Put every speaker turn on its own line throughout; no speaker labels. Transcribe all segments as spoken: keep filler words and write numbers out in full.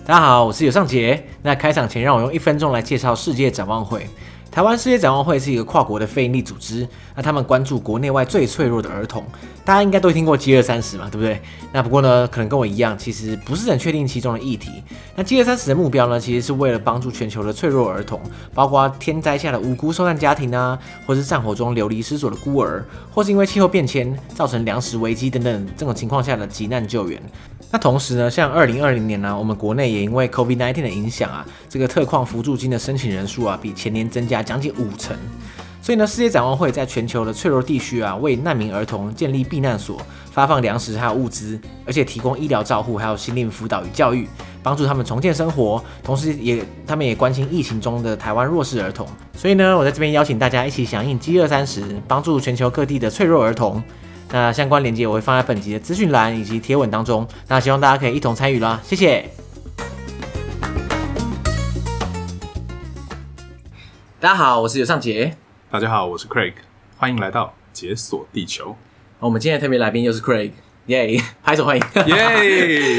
大家好，我是尤尚杰。那开场前，让我用一分钟来介绍世界展望会。台湾世界展望会是一个跨国的非营利组织，那他们关注国内外最脆弱的儿童。大家应该都听过饥饿三十嘛，对不对？那不过呢，可能跟我一样，其实不是很确定其中的议题。那饥饿三十的目标呢，其实是为了帮助全球的脆弱儿童，包括天灾下的无辜受难家庭啊，或是战火中流离失所的孤儿，或是因为气候变迁造成粮食危机等等这种情况下的急难救援。那同时呢，像二零二零年呢、啊，我们国内也因为 COVID 十九 的影响啊，这个特矿扶助金的申请人数啊，比前年增加将近五成。所以呢，世界展望会在全球的脆弱地区啊，为难民儿童建立避难所，发放粮食还有物资，而且提供医疗照护，还有心灵辅导与教育，帮助他们重建生活。同时也，他们也关心疫情中的台湾弱势儿童。所以呢，我在这边邀请大家一起响应饥饿三十，帮助全球各地的脆弱儿童。那相关连结我会放在本集的资讯栏以及贴文当中，那希望大家可以一同参与啦，谢谢。大家好，我是尤尚杰。
大家好，我是 Craig， 欢迎来到解锁地球。
我们今天的特别来宾又是 Craig， 耶、yeah ，拍手欢迎，
耶、yeah ！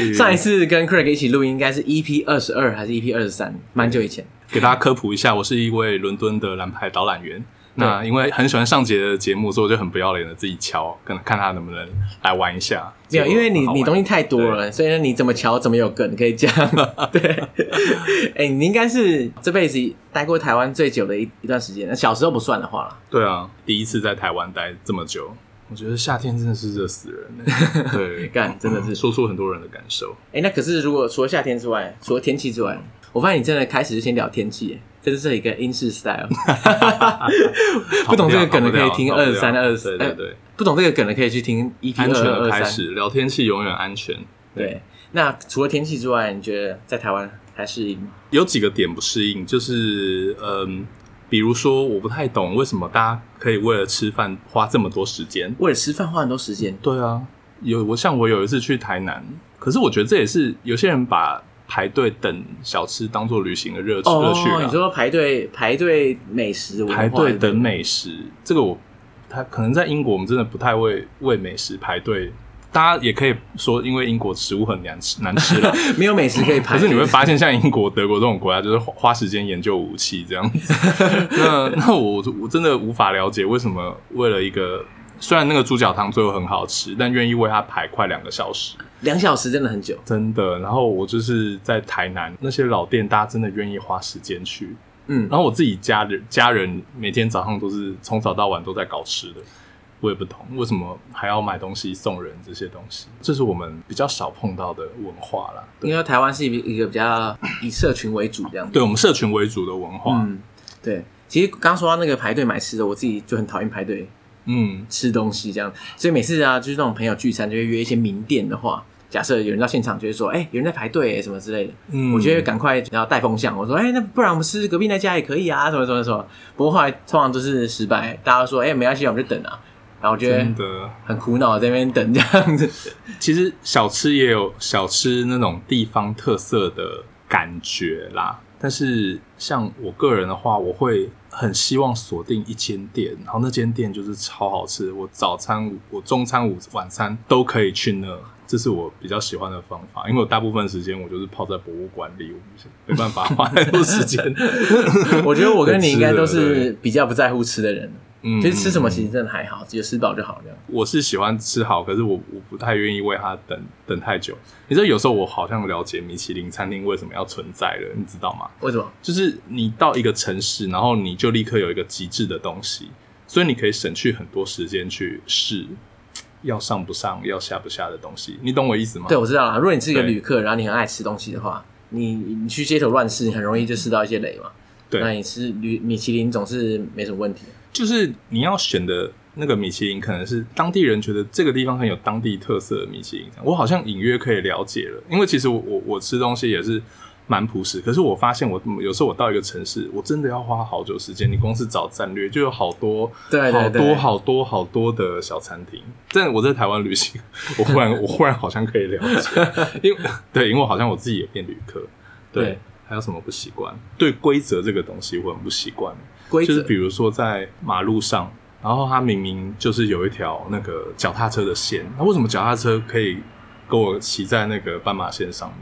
上一次跟 Craig 一起录音应该是 E P 二十二还是 E P 二十三，蛮久以前。
给大家科普一下，我是一位伦敦的蓝牌导览员。那因为很喜欢上节的节目，所以我就很不要脸的自己敲，跟看他能不能来玩一下。
没有，因为你你东西太多了，所以呢，你怎么敲怎么有梗，可以这样。对，哎、欸，你应该是这辈子待过台湾最久的一一段时间，小时候不算的话啦。
对啊，第一次在台湾待这么久，我觉得夏天真的是热死人、欸。对，
干真的是、嗯、
说出很多人的感受。
哎、欸，那可是如果除了夏天之外，除了天气之外，我发现你真的开始就先聊天气、欸。这是一个英式 style， 不懂这个梗的可以听二十三、二十四，对对对，不懂这个梗的可以去听 E P 二十二、二十三。安全的开始，
聊天气永远安全。
对，对那除了天气之外，你觉得在台湾还适应吗？
有几个点不适应，就是嗯，比如说我不太懂为什么大家可以为了吃饭花这么多时间，
为了吃饭花很多时间。
对啊，有我像我有一次去台南，可是我觉得这也是有些人把排队等小吃当做旅行的热
哦
趣啊！
你说排队排队美食文化，
排队等美食，这个我他可能在英国我们真的不太为为美食排队。大家也可以说，因为英国食物很难吃，难吃了，
没有美食可以排。
可是你会发现，像英国、德国这种国家，就是花时间研究武器这样子。那那我我真的无法了解为什么为了一个。虽然那个猪脚汤最后很好吃，但愿意为它排快两个小时，
两小时真的很久，
真的。然后我就是在台南那些老店，大家真的愿意花时间去，嗯。然后我自己家人家人每天早上都是从早到晚都在搞吃的，我也不懂为什么还要买东西送人这些东西，这是我们比较少碰到的文化啦。
因为台湾是一个比较以社群为主这样子，
对我们社群为主的文化，
嗯，对。其实刚说到那个排队买吃的，我自己就很讨厌排队。嗯，吃东西这样，所以每次啊，就是那种朋友聚餐，就会约一些名店的话，假设有人到现场，就会说，哎、欸，有人在排队什么之类的，嗯，我觉得赶快然后带风向，我说，哎、欸，那不然我们吃隔壁那家也可以啊，什么什么什么。不过后来通常都是失败，大家都说，哎、欸，没关系，我们就等啊。然后我觉得很苦恼，在那边等这样子。
其实小吃也有小吃那种地方特色的感觉啦。但是像我个人的话，我会很希望锁定一间店，然后那间店就是超好吃，我早餐、我中餐、午晚餐都可以去那，这是我比较喜欢的方法。因为我大部分时间我就是泡在博物馆里，我没办法花太多时间。
我觉得我跟你应该都是比较不在乎吃的人。
嗯，
其实吃什么其实真的还好，只有吃饱就好这样。
我是喜欢吃好，可是我我不太愿意为它等等太久。你知道有时候我好像了解米其林餐厅为什么要存在了，你知道吗？
为什么？
就是你到一个城市，然后你就立刻有一个极致的东西，所以你可以省去很多时间去试要上不上、要下不下的东西。你懂我意思吗？
对，我知道啦。如果你是一个旅客，然后你很爱吃东西的话，你你去街头乱试，你很容易就吃到一些雷嘛。对，那你吃米其林总是没什么问题。就是
你要选的那个米其林，可能是当地人觉得这个地方很有当地特色的米其林。我好像隐约可以了解了，因为其实我我我吃东西也是蛮朴实，可是我发现我有时候我到一个城市，我真的要花好久时间。你光是找战略就有好多
对对对
好多好多好多的小餐厅。但我在台湾旅行，我忽然我忽然好像可以了解，因为对，因为我好像我自己也变旅客，对。对，还有什么不习惯？对规则这个东西我很不习惯。规则就是比如说在马路上，然后它明明就是有一条那个脚踏车的线，那为什么脚踏车可以跟我骑在那个斑马线上面？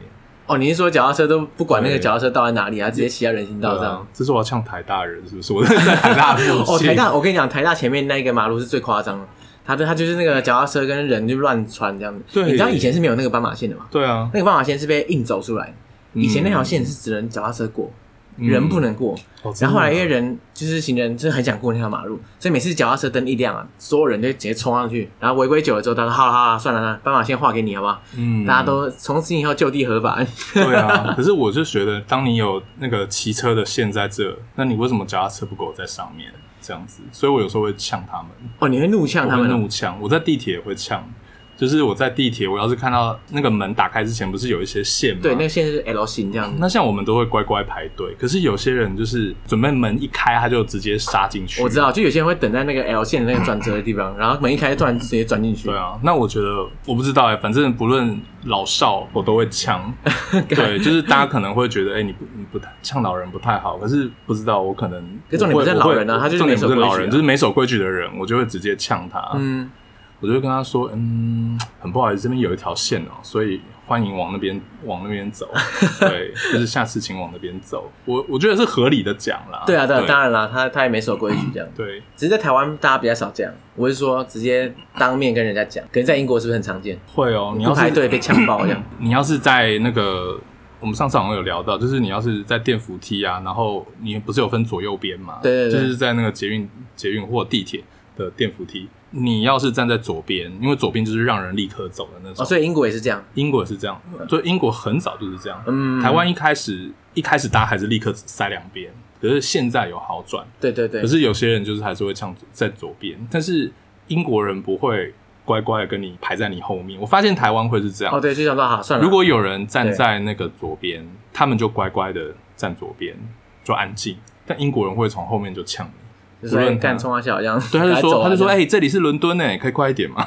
哦，你是说脚踏车都不管那个脚踏车道在哪里啊，直接骑在人行道上？
啊、这是我要呛台大人是不是？我在台大附近
哦，台大，我跟你讲，台大前面那个马路是最夸张的，他他就是那个脚踏车跟人就乱穿这样子。
对，
你知道以前是没有那个斑马线的嘛？
对啊，
那个斑马线是被硬走出来的。以前那条线是只能脚踏车过。嗯、人不能过、嗯，然后后来因为人就是行人，就是很想过那条马路，所以每次脚踏车灯一亮啊，所有人就直接冲上去，然后违规久了之后，他说：“好了好了，算了，斑马线画给你好不好？”嗯，大家都从此以后就地合法。
对啊，可是我就觉得，当你有那个骑车的线在这，那你为什么脚踏车不给我在上面这样子？所以我有时候会呛他们。
哦，你会怒呛他们？
我会怒呛，我在地铁也会呛。就是我在地铁，我要是看到那个门打开之前，不是有一些线吗？
对，那个线是 L 型这样子。
那像我们都会乖乖排队，可是有些人就是准备门一开，他就直接杀进去。
我知道，就有些人会等在那个 L 线的那个转折的地方，然后门一开，突然直接钻进去。
对啊，那我觉得我不知道哎、欸，反正不论老少，我都会呛。对，就是大家可能会觉得，哎、欸，你不你不呛老人不太好，可是不知道我可能，
可重点不是老人啊，他就是没守规矩、啊。
重点不是老人，就是没守规矩的人，我就会直接呛他。嗯。我就会跟他说，嗯，很不好意思，这边有一条线哦，所以欢迎往那边往那边走。对，就是下次请往那边走。我我觉得是合理的讲啦。
对啊，对啊，当然啦，他他也没守规矩这样。
对，
只是在台湾大家比较少这样。我是说，直接当面跟人家讲，可能在英国是不是很常见？
会哦，你要是
排队被呛爆这样。
你要是在那个，我们上次好像有聊到，就是你要是在电扶梯啊，然后你不是有分左右边嘛？
对对对，
就是在那个捷运、捷运或地铁的电扶梯。你要是站在左边，因为左边就是让人立刻走的那种。
哦，所以英国也是这样。
英国也是这样，所以英国很早就是这样。嗯，台湾一开始一开始大家还是立刻只塞两边，可是现在有好转。
对对对。
可是有些人就是还是会呛在左边，但是英国人不会乖乖的跟你排在你后面。我发现台湾会是这样。
哦，对，就想说好算了。
如果有人站在那个左边，他们就乖乖的站左边，就安静。但英国人会从后面就呛你。
就是干冲他笑这样，
对，他就说，他就说，哎、欸，这里是伦敦诶，可以快一点吗？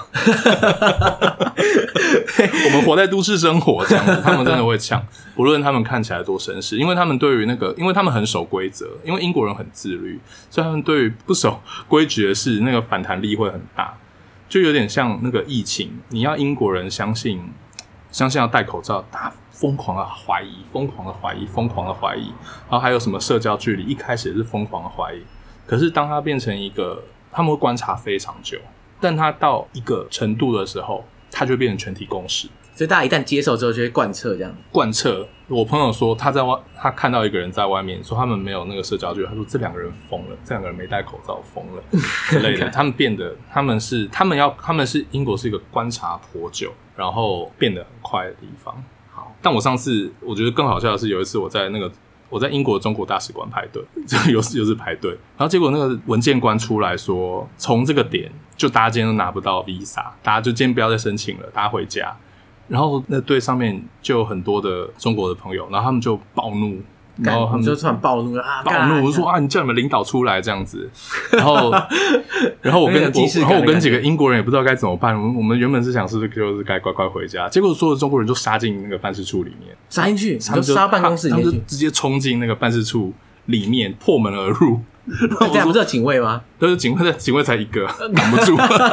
我们活在都市生活这样子，他们真的会呛，不论他们看起来多绅士，因为他们对于那个，因为他们很守规则，因为英国人很自律，所以他们对于不守规矩的事，那个反弹力会很大，就有点像那个疫情，你要英国人相信，相信要戴口罩，大家疯狂的怀疑，疯狂的怀疑，疯狂的怀疑，然后还有什么社交距离，一开始也是疯狂的怀疑。可是当它变成一个，他们会观察非常久，但它到一个程度的时候，它就会变成全体共识。
所以大家一旦接受之后，就会贯彻这样。
贯彻。我朋友说，他在外，他看到一个人在外面，说他们没有那个社交距离，他说这两个人疯了，这两个人没戴口罩疯了之类的。他们变得，他们是，他们要，他们是英国是一个观察颇久，然后变得很快的地方。好，但我上次我觉得更好笑的是，有一次我在那个。我在英国的中国大使馆排队，又是又是排队，然后结果那个文件官出来说，从这个点就大家今天都拿不到 visa， 大家就今天不要再申请了，大家回家。然后那队上面就有很多的中国的朋友，然后他们就暴怒，然后他们
就突然暴怒啊，
暴怒，我说啊，你叫你们领导出来这样子，然后然后我跟我然后我跟几个英国人也不知道该怎么办，我们我们原本是想是不是就是该乖乖回家，结果所有的中国人就杀进那个办事处里面，
杀进去，他们就杀办公室里面去，
他们就直接冲进那个办事处里面，破门而入。
这样不是有警卫吗？
都是警卫，警卫才一个，挡不住。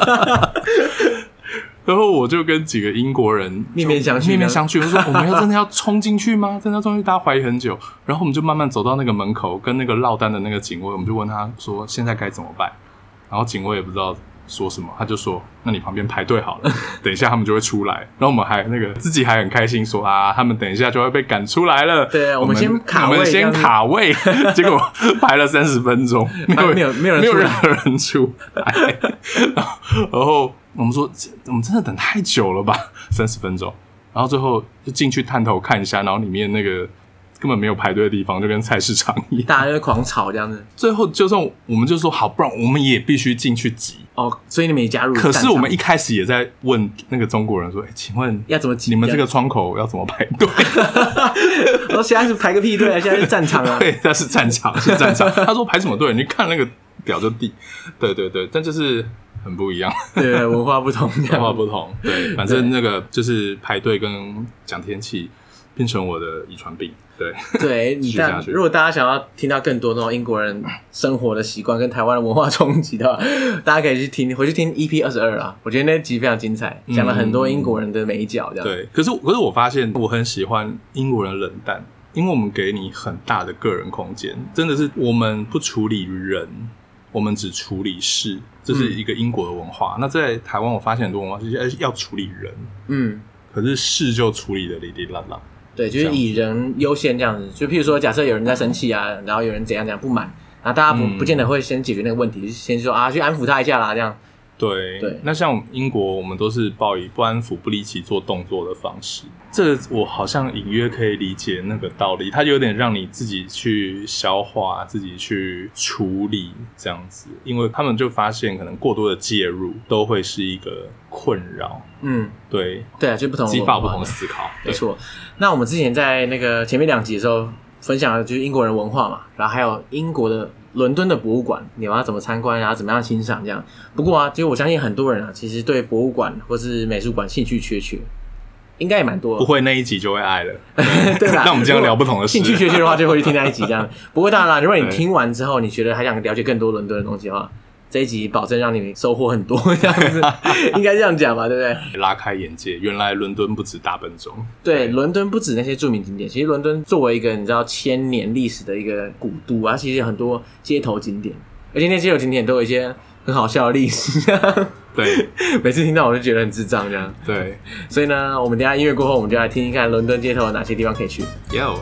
然后我就跟几个英国人
面面相觑，
面面相觑。我说：“我们要真的要冲进去吗？真的要冲进去？”大家怀疑很久。然后我们就慢慢走到那个门口，跟那个落单的那个警卫，我们就问他说：“现在该怎么办？”然后警卫也不知道说什么，他就说：“那你旁边排队好了，等一下他们就会出来。”然后我们还那个自己还很开心说：“啊，他们等一下就会被赶出来了。”
对，我们先卡位，
我们先卡位。结果排了三十分钟，没有
没有没有人
没有任何人出来。然后我们说，我们真的等太久了吧，三十分钟。然后最后就进去探头看一下，然后里面那个根本没有排队的地方，就跟菜市场一样，
大家就狂吵这样子。
最后就算我们就说好，不然我们也必须进去挤。
哦，所以你们也加入。
可是我们一开始也在问那个中国人说：“哎、欸，请问
要怎么挤？
你们这个窗口要怎么排队？”
我说：“现在是排个屁队啊，现在是战场啊。”
对，那是战场，是战场。他说排什么队？你看那个表就地。对对对，但就是很不一样。
对，文化不同，
文化不同。对，反正那个就是排队跟讲天气。 变成我的遗传病。对
对，你但如果大家想要听到更多那种英国人生活的习惯跟台湾的文化冲击的话，大家可以去听回去听 E P 二十二啦，我觉得那集非常精彩，讲了很多英国人的美角这样。
对，可是可是我发现我很喜欢英国人冷淡，因为我们给你很大的个人空间，真的是我们不处理人，我们只处理事，这是一个英国的文化。嗯、那在台湾我发现很多文化是要处理人，嗯，可是事就处理的哩哩啦啦。
对，就是以人优先这样子。就譬如说，假设有人在生气啊，然后有人怎样怎样不满，然后大家不、嗯、不见得会先解决那个问题，先说啊，去安抚他一下啦，这样。
对对。那像英国，我们都是抱以不安抚不立即做动作的方式。这我好像隐约可以理解那个道理，它有点让你自己去消化，自己去处理这样子，因为他们就发现可能过多的介入都会是一个困扰。嗯，对
对啊，就不同的
激发不同的思考，
没错。那我们之前在那个前面两集的时候分享的就是英国人文化嘛，然后还有英国的伦敦的博物馆，你要怎么参观啊，怎么样欣赏这样。不过啊，其实我相信很多人啊，其实对博物馆或是美术馆兴趣缺缺，应该也蛮多的。
不会那一集就会爱了，
对吧？
那我们今天聊不同的事。
兴趣缺缺的话，就会去听那一集这样。不过当然啦，如果你听完之后，你觉得还想了解更多伦敦的东西的话，这一集保证让你收获很多，这样子应该这样讲吧，对不对？
拉开眼界，原来伦敦不止大笨钟。
对，伦敦不止那些著名景点，其实伦敦作为一个你知道千年历史的一个古都啊，其实有很多街头景点，而且那些街头景点都有一些很好笑的历史。
对，
每次听到我就觉得很智障这样。
对，
所以呢，我们等一下音乐过后，我们就来听听看伦敦街头有哪些地方可以去。
Yo。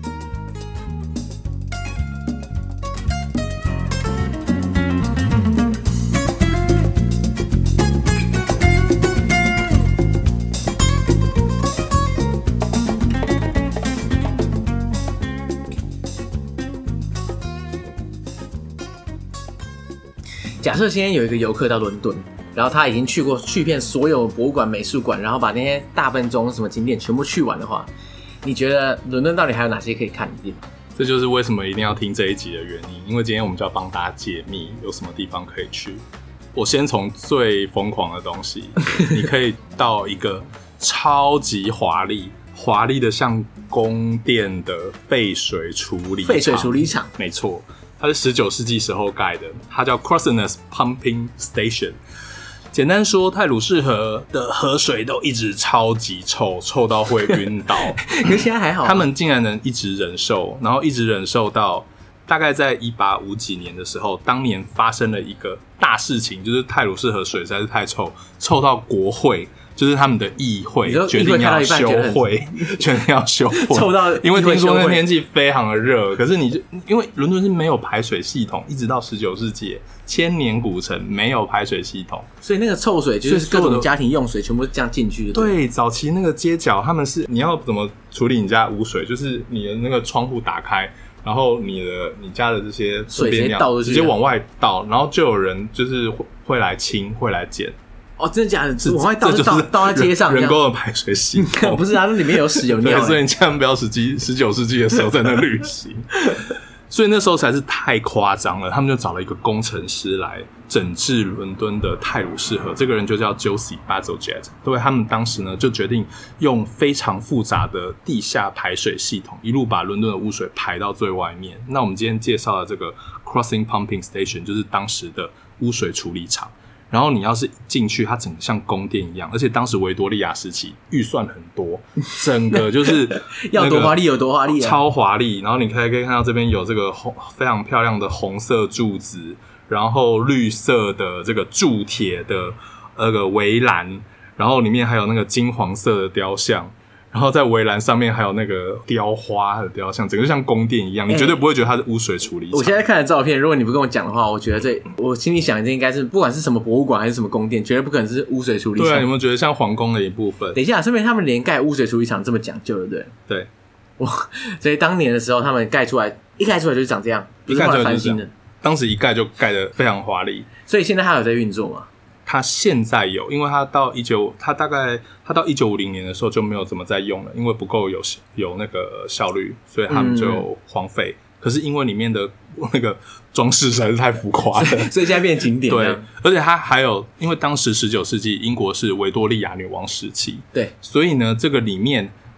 假设今天有一个游客到伦敦，然后他已经去过去遍所有博物馆、美术馆，然后把那些大笨钟什么景点全部去完的话，你觉得伦敦到底还有哪些可以看的地方？
这就是为什么一定要听这一集的原因，因为今天我们就要帮大家解密有什么地方可以去。我先从最疯狂的东西，你可以到一个超级华丽、华丽的像宫殿的废水处理厂。
废水处理厂，
没错。它是十九世纪时候盖的，它叫 Crossness Pumping Station。简单说，泰鲁士河的河水都一直超级臭，臭到会晕倒。
可是现在还好、啊，
他们竟然能一直忍受，然后一直忍受到大概在一八五几年的时候，当年发生了一个大事情，就是泰鲁士河水实在是太臭，臭到国会。就是他们的议会决定要休会，决定要休会，
臭到
因为听说那天气非常的热，可是你就因为伦敦是没有排水系统，一直到十九世纪千年古城没有排水系统，
所以那个臭水就是各种家庭用水全部这样进去。
对，早期那个街角他们是你要怎么处理你家污水，就是你的那个窗户打开，然后你的你家的这些
水直接倒
直接往外倒，然后就有人就是会来清，会来捡。
哦，真的假的？往外倒就倒倒在街上，
人工的排水系统
不是啊，那里面有屎有尿、欸。
对，所以你千万不要十几十九世纪的时候在那旅行。所以那时候实在是太夸张了，他们就找了一个工程师来整治伦敦的泰鲁士河，这个人就叫 Josie Bazalgette。所以他们当时呢就决定用非常复杂的地下排水系统，一路把伦敦的污水排到最外面。那我们今天介绍的这个 Crossing Pumping Station 就是当时的污水处理厂。然后你要是进去，它整个像宫殿一样，而且当时维多利亚时期预算很多，整个就是
要多华丽有多华丽、啊，
超华丽。然后你可以可以看到这边有这个红非常漂亮的红色柱子，然后绿色的这个铸铁的那个围栏，然后里面还有那个金黄色的雕像。然后在围栏上面还有那个雕花的雕像，整个就像宫殿一样，你绝对不会觉得它是污水处理厂、欸。
我现在看的照片，如果你不跟我讲的话，我觉得这我心里想这应该是不管是什么博物馆还是什么宫殿，绝对不可能是污水处理厂。
对啊，有没有觉得像皇宫的一部分？
等一下，顺便他们连盖污水处理厂这么讲究，对不对？
对。
哇，所以当年的时候，他们盖出来一盖出来就是长这样，不是后来翻新的。
当时一盖就盖得非常华丽，
所以现在还有在运作吗？
它现在有，因为它到一九，它大概它到一九五零年的时候就没有怎么再用了，因为不够有有那个效率，所以他们就荒废。嗯、可是因为里面的那个装饰实在是太浮夸了，
所以现在变景点。
对，而且它还有，因为当时十九世纪英国是维多利亚女王时期，
对，
所以呢，这个里面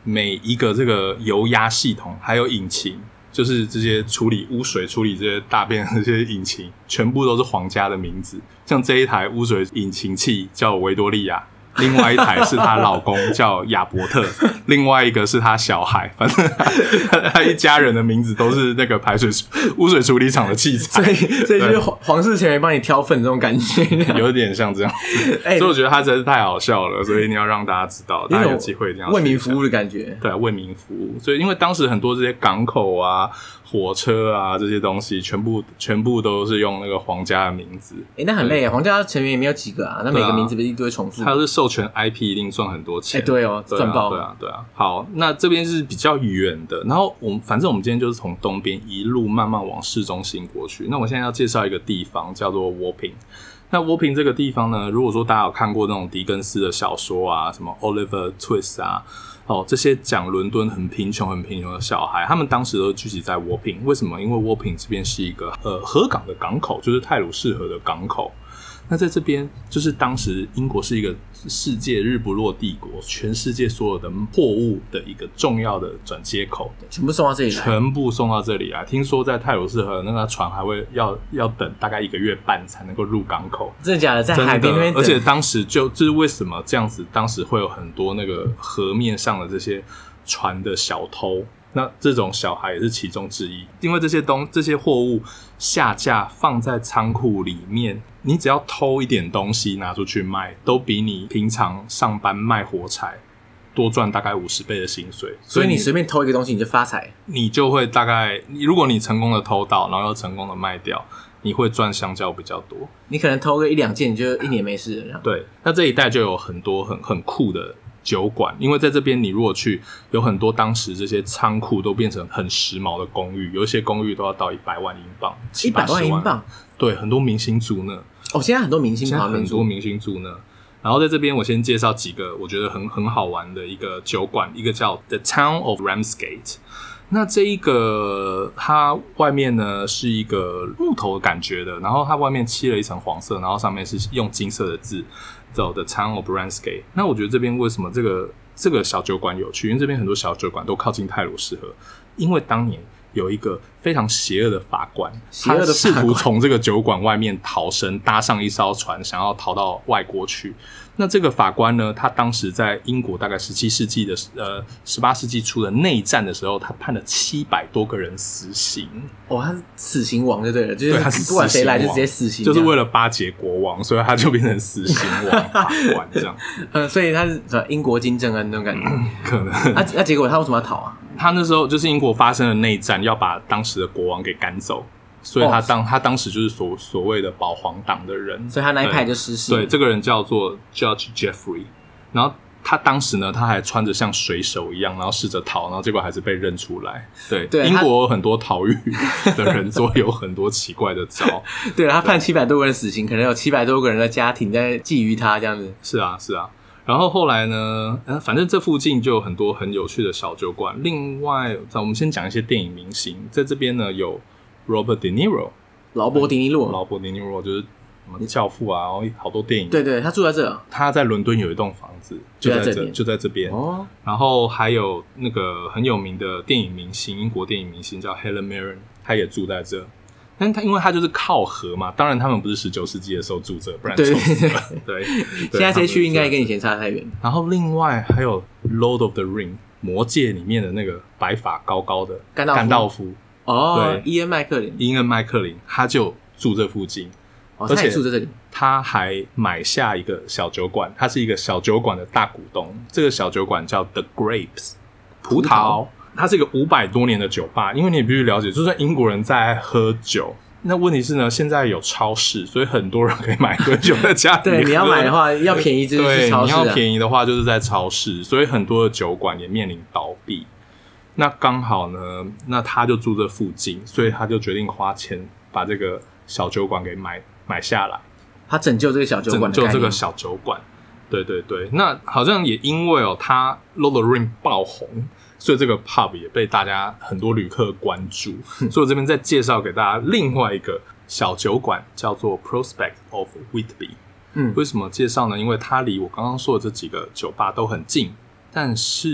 每一个这个油压系统还有引擎，就是这些处理污水、处理这些大便的这些引擎，全部都是皇家的名字。像这一台污水引擎器叫维多利亚，另外一台是她老公叫亚伯特，另外一个是她小孩，反正她一家人的名字都是那个排水污水处理厂的器材，
所以所以就是皇皇室成员帮你挑粪这种感觉，
有点像这样子。欸、所以我觉得他实在是太好笑了，所以你要让大家知道，大家有机会一定要
为民服务的感觉。
对，为民服务。所以因为当时很多这些港口啊、火车啊这些东西，全部全部都是用那个皇家的名字。
哎、欸，那很累啊！皇家成员也没有几个啊，那每个名字不是一堆重复？
他是授权 I P 一定赚很多钱。
哎、欸，对哦，赚爆、
啊！对啊，对啊。好，那这边是比较远的，然后我们反正我们今天就是从东边一路慢慢往市中心过去。那我现在要介绍一个地方叫做 Wapping。那 Wapping 这个地方呢，如果说大家有看过那种狄更斯的小说啊，什么 Oliver Twist 啊，哦，这些讲伦敦很贫穷、很贫穷的小孩，他们当时都聚集在 Wapping。为什么？因为 Wapping 这边是一个呃河港的港口，就是泰晤士河的港口。那在这边，就是当时英国是一个世界日不落帝国，全世界所有的货物的一个重要的转接口，
全部送到这里来，
全部送到这里来。听说在泰晤士河那个船还会要要等大概一个月半才能够入港口，
真的假的？在海边那边，
而且当时就就是为什么这样子，当时会有很多那个河面上的这些船的小偷。那这种小孩也是其中之一，因为这些东这些货物下架放在仓库里面，你只要偷一点东西拿出去卖，都比你平常上班卖火柴多赚大概五十倍的薪水。
所以你随便偷一个东西你就发财，
你就会大概，如果你成功的偷到，然后又成功的卖掉，你会赚相较比较多。
你可能偷个一两件，你就一年没事了。
对，那这一带就有很多很很酷的酒馆，因为在这边你如果去，有很多当时这些仓库都变成很时髦的公寓，有一些公寓都要到一百万英镑，
一百万英镑，
对，很多明星住那。
哦，现在很多明星
现在很多明星住那。然后在这边我先介绍几个我觉得很很好玩的一个酒馆，一个叫 The Town of Ramsgate。那这一个它外面呢是一个木头感觉的，然后它外面漆了一层黄色，然后上面是用金色的字叫 The Town of Ramsgate。那我觉得这边为什么这个这个小酒馆有趣，因为这边很多小酒馆都靠近泰晤士河，因为当年有一个非常邪恶的法官，
邪恶的法官
他试图从这个酒馆外面逃生，搭上一艘船想要逃到外国去。那这个法官呢，他当时在英国大概十七世纪的呃十八世纪初的内战的时候，他判了七百多个人死刑。
哦，他是死刑王就对了，就是
对，他是
不管谁来就直接死刑，
就是为了巴结国王，所以他就变成死刑王法官这样。
嗯，所以他是英国金正恩那种感觉，
可能。
那、啊、那结果他为什么要逃啊？
他那时候就是英国发生了内战，要把当时的国王给赶走。所以他当、哦、他当时就是所所谓的保皇党的人，
所以他那一派就失势。
对，这个人叫做 Judge Jeffrey， 然后他当时呢，他还穿着像水手一样，然后试着逃，然后结果还是被认出来。对，对英国有很多逃狱的人做有很多奇怪的招。
对，他判七百多个人死刑，可能有七百多个人的家庭在觊觎他这样子。
是啊，是啊。然后后来呢，反正这附近就有很多很有趣的小酒馆。另外，我们先讲一些电影明星，在这边呢有Robert De Niro，
劳勃·迪尼洛，
劳勃·迪尼洛就是什么教父啊，然后好多电影。
对对，他住在这。
他在伦敦有一栋房子，就在这，就在这边。哦。然后还有那个很有名的电影明星，英国电影明星叫 Helen Mirren， 他也住在这。但他因为他就是靠河嘛，当然他们不是十九世纪的时候住这，不然臭死了。对，
现在这区应该跟以前差太远。
然后另外还有 Lord of the Ring， 魔戒里面的那个白发高高的
甘道夫。
甘道夫
哦，对，伊恩麦克林，
伊恩麦克林，他就住这附近，
哦，他也住在这里。
他还买下一个小酒馆，他是一个小酒馆的大股东。这个小酒馆叫 The Grapes， 葡萄，它是一个五百多年的酒吧。因为你也必须了解，就算英国人在喝酒，那问题是呢，现在有超市，所以很多人可以买喝酒在家里。
对，你要买的话，要便宜就是去超市、啊。
对，你要便宜的话就是在超市，所以很多的酒馆也面临倒闭。那刚好呢，那他就住这附近，所以他就决定花钱把这个小酒馆给买买下来。
他拯救这个小酒馆的概念，
拯救这个小酒馆。对对对，那好像也因为哦，他 Lord of the Ring 爆红，所以这个 pub 也被大家很多旅客关注。所以我这边再介绍给大家另外一个小酒馆，叫做 Prospect of Whitby。嗯，为什么介绍呢？因为它离我刚刚说的这几个酒吧都很近，但是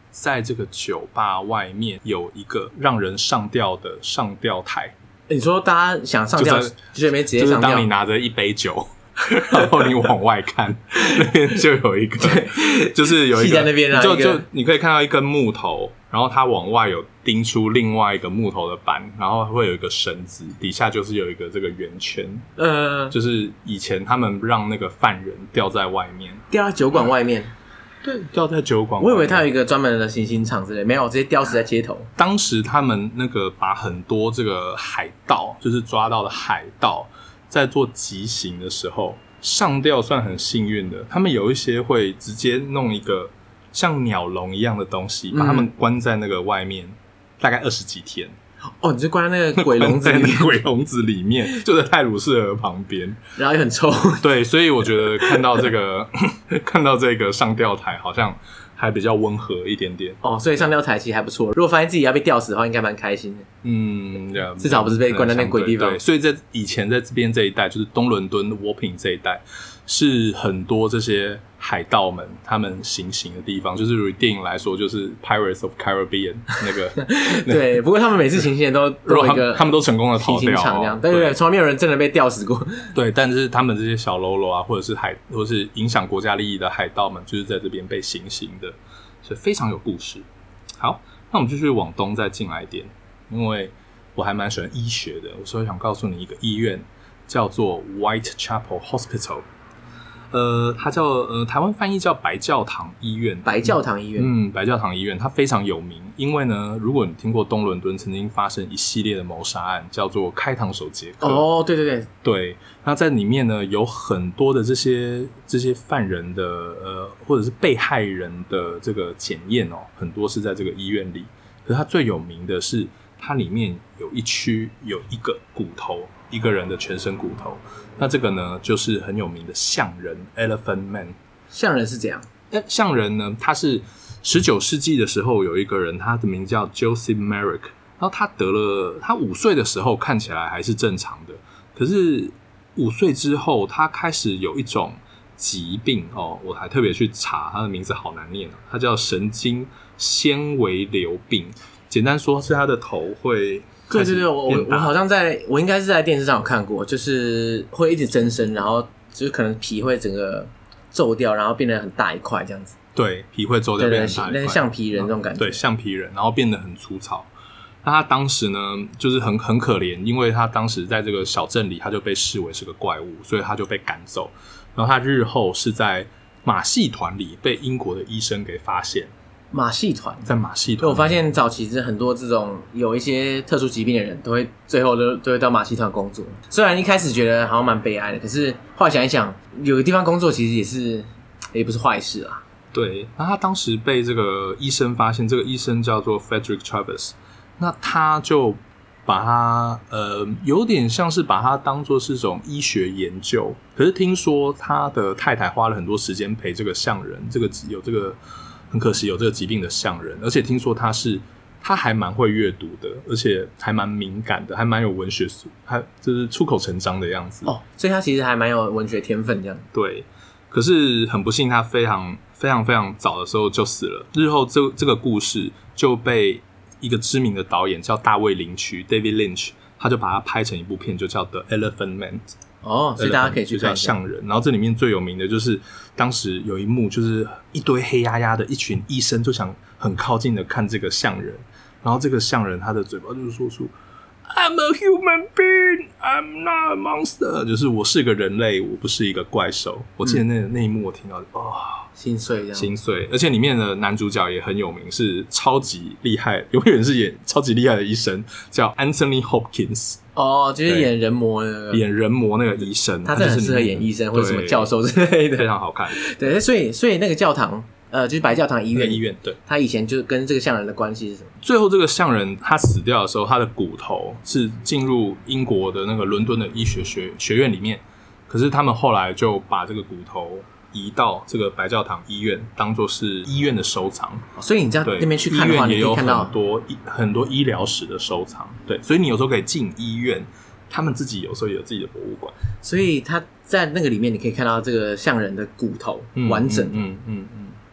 在这个酒吧外面有一个让人上吊的上吊台。
你说大家想上吊，就在那边直接上吊，
就是当你拿着一杯酒，然后你往外看，那边就有一个，就是有一个，
在那边啊，
就就你可以看到一根木头，然后它往外有钉出另外一个木头的板，然后会有一个绳子，底下就是有一个这个圆圈，
呃，
就是以前他们让那个犯人吊在外面，
吊在酒馆外面。
对，吊在酒馆外面。
我以为他有一个专门的行刑场之类，没有，直接吊死在街头。
当时他们那个把很多这个海盗，就是抓到的海盗，在做极刑的时候上吊算很幸运的，他们有一些会直接弄一个像鸟笼一样的东西，把他们关在那个外面，嗯、大概二十几天。
哦，你就关在那个鬼笼子里面，
在那个鬼笼子里面，就在泰鲁士河旁边，
然后也很臭。
对，所以我觉得看到这个看到这个上吊台，好像还比较温和一点点。
哦，所以上吊台其实还不错。如果发现自己要被吊死的话，应该蛮开心的。
嗯，
至少不是被关在那鬼地方。
对，所以在以前在这边这一带，就是东伦敦 Wapping 这一带，是很多这些海盗们他们行刑的地方，就是如电影来说，就是 Pirates of Caribbean 那个。
对，不过他们每次行刑都有一个
他们都成功的逃掉、哦，
这样，对对对，从来没有人真的被吊死过。
对，但是他们这些小喽啰啊，或者是海，或者是影响国家利益的海盗们，就是在这边被行刑的，所以非常有故事。好，那我们继续往东再进来一点，因为我还蛮喜欢医学的，所以想告诉你一个医院叫做 Whitechapel Hospital。呃，它叫呃，台湾翻译叫白教堂医院。
白教堂医院，
嗯，白教堂医院，它非常有名，因为呢，如果你听过东伦敦曾经发生一系列的谋杀案，叫做开膛手杰克。
哦，对对对，
对，那在里面呢，有很多的这些这些犯人的呃，或者是被害人的这个检验哦，很多是在这个医院里。可是它最有名的是，它里面有一区有一个骨头，一个人的全身骨头。那这个呢，就是很有名的象人 Elephant Man。
象人是怎样？
象人呢，他是十九世纪的时候有一个人，他的名叫 Joseph Merrick， 然后他得了，他五岁的时候看起来还是正常的，可是五岁之后，他开始有一种疾病哦，我还特别去查，他的名字好难念哦，他叫神经纤维瘤病。简单说是他的头会。
对对对，我我好像在，我应该是在电视上有看过，就是会一直增生，然后就是可能皮会整个皱掉，然后变得很大一块这样子。
对，皮会皱掉变得很大一块，
那是橡皮人这种感觉。
对，橡皮人，然后变得很粗糙。那他当时呢，就是很很可怜，因为他当时在这个小镇里，他就被视为是个怪物，所以他就被赶走。然后他日后是在马戏团里被英国的医生给发现。
马戏团，
在马戏团，
我发现早期是很多这种有一些特殊疾病的人都会最后都都会到马戏团工作。虽然一开始觉得好像蛮悲哀的，可是后来想一想，有个地方工作其实也是也不是坏事啊。
对，那他当时被这个医生发现，这个医生叫做 Frederick Travis， 那他就把他呃有点像是把他当作是种医学研究。可是听说他的太太花了很多时间陪这个象人，这个有这个。很可惜有这个疾病的象人，而且听说他是他还蛮会阅读的，而且还蛮敏感的，还蛮有文学素，还就是出口成章的样子
哦。所以他其实还蛮有文学天分这样。
对，可是很不幸，他非常非常非常早的时候就死了。日后这这个故事就被一个知名的导演叫大卫林区 （David Lynch）， 他就把它拍成一部片，就叫《The Elephant Man》。
哦，所以大家可以去看一
下象人。然后这里面最有名的就是当时有一幕，就是一堆黑压压的一群医生就想很靠近的看这个象人，然后这个象人他的嘴巴就是说出 I'm a human being, I'm not a monster， 就是我是个人类，我不是一个怪兽。我记得那、嗯、那一幕我听到哦，
心碎这样，
心碎。而且里面的男主角也很有名，是超级厉害，永远是演超级厉害的医生，叫 Anthony Hopkins。
哦，就是演人魔那个，
演人魔那个医生，
他真的很适合演医生或者什么教授之类的，
非常好看。
对，所以所以那个教堂，呃，就是白教堂医院，
医院，对，
他以前就跟这个象人的关系是什么？
最后这个象人他死掉的时候，他的骨头是进入英国的那个伦敦的医学学学院里面，可是他们后来就把这个骨头移到这个白教堂医院，当作是医院的收藏。
所以你在那边去看的话，
医院也有
很
多很多医疗史的收藏。对，所以你有时候可以进医院，他们自己有时候也有自己的博物馆。所
以他在那个里面，你可以看到这个象人的骨头完整。
嗯嗯嗯。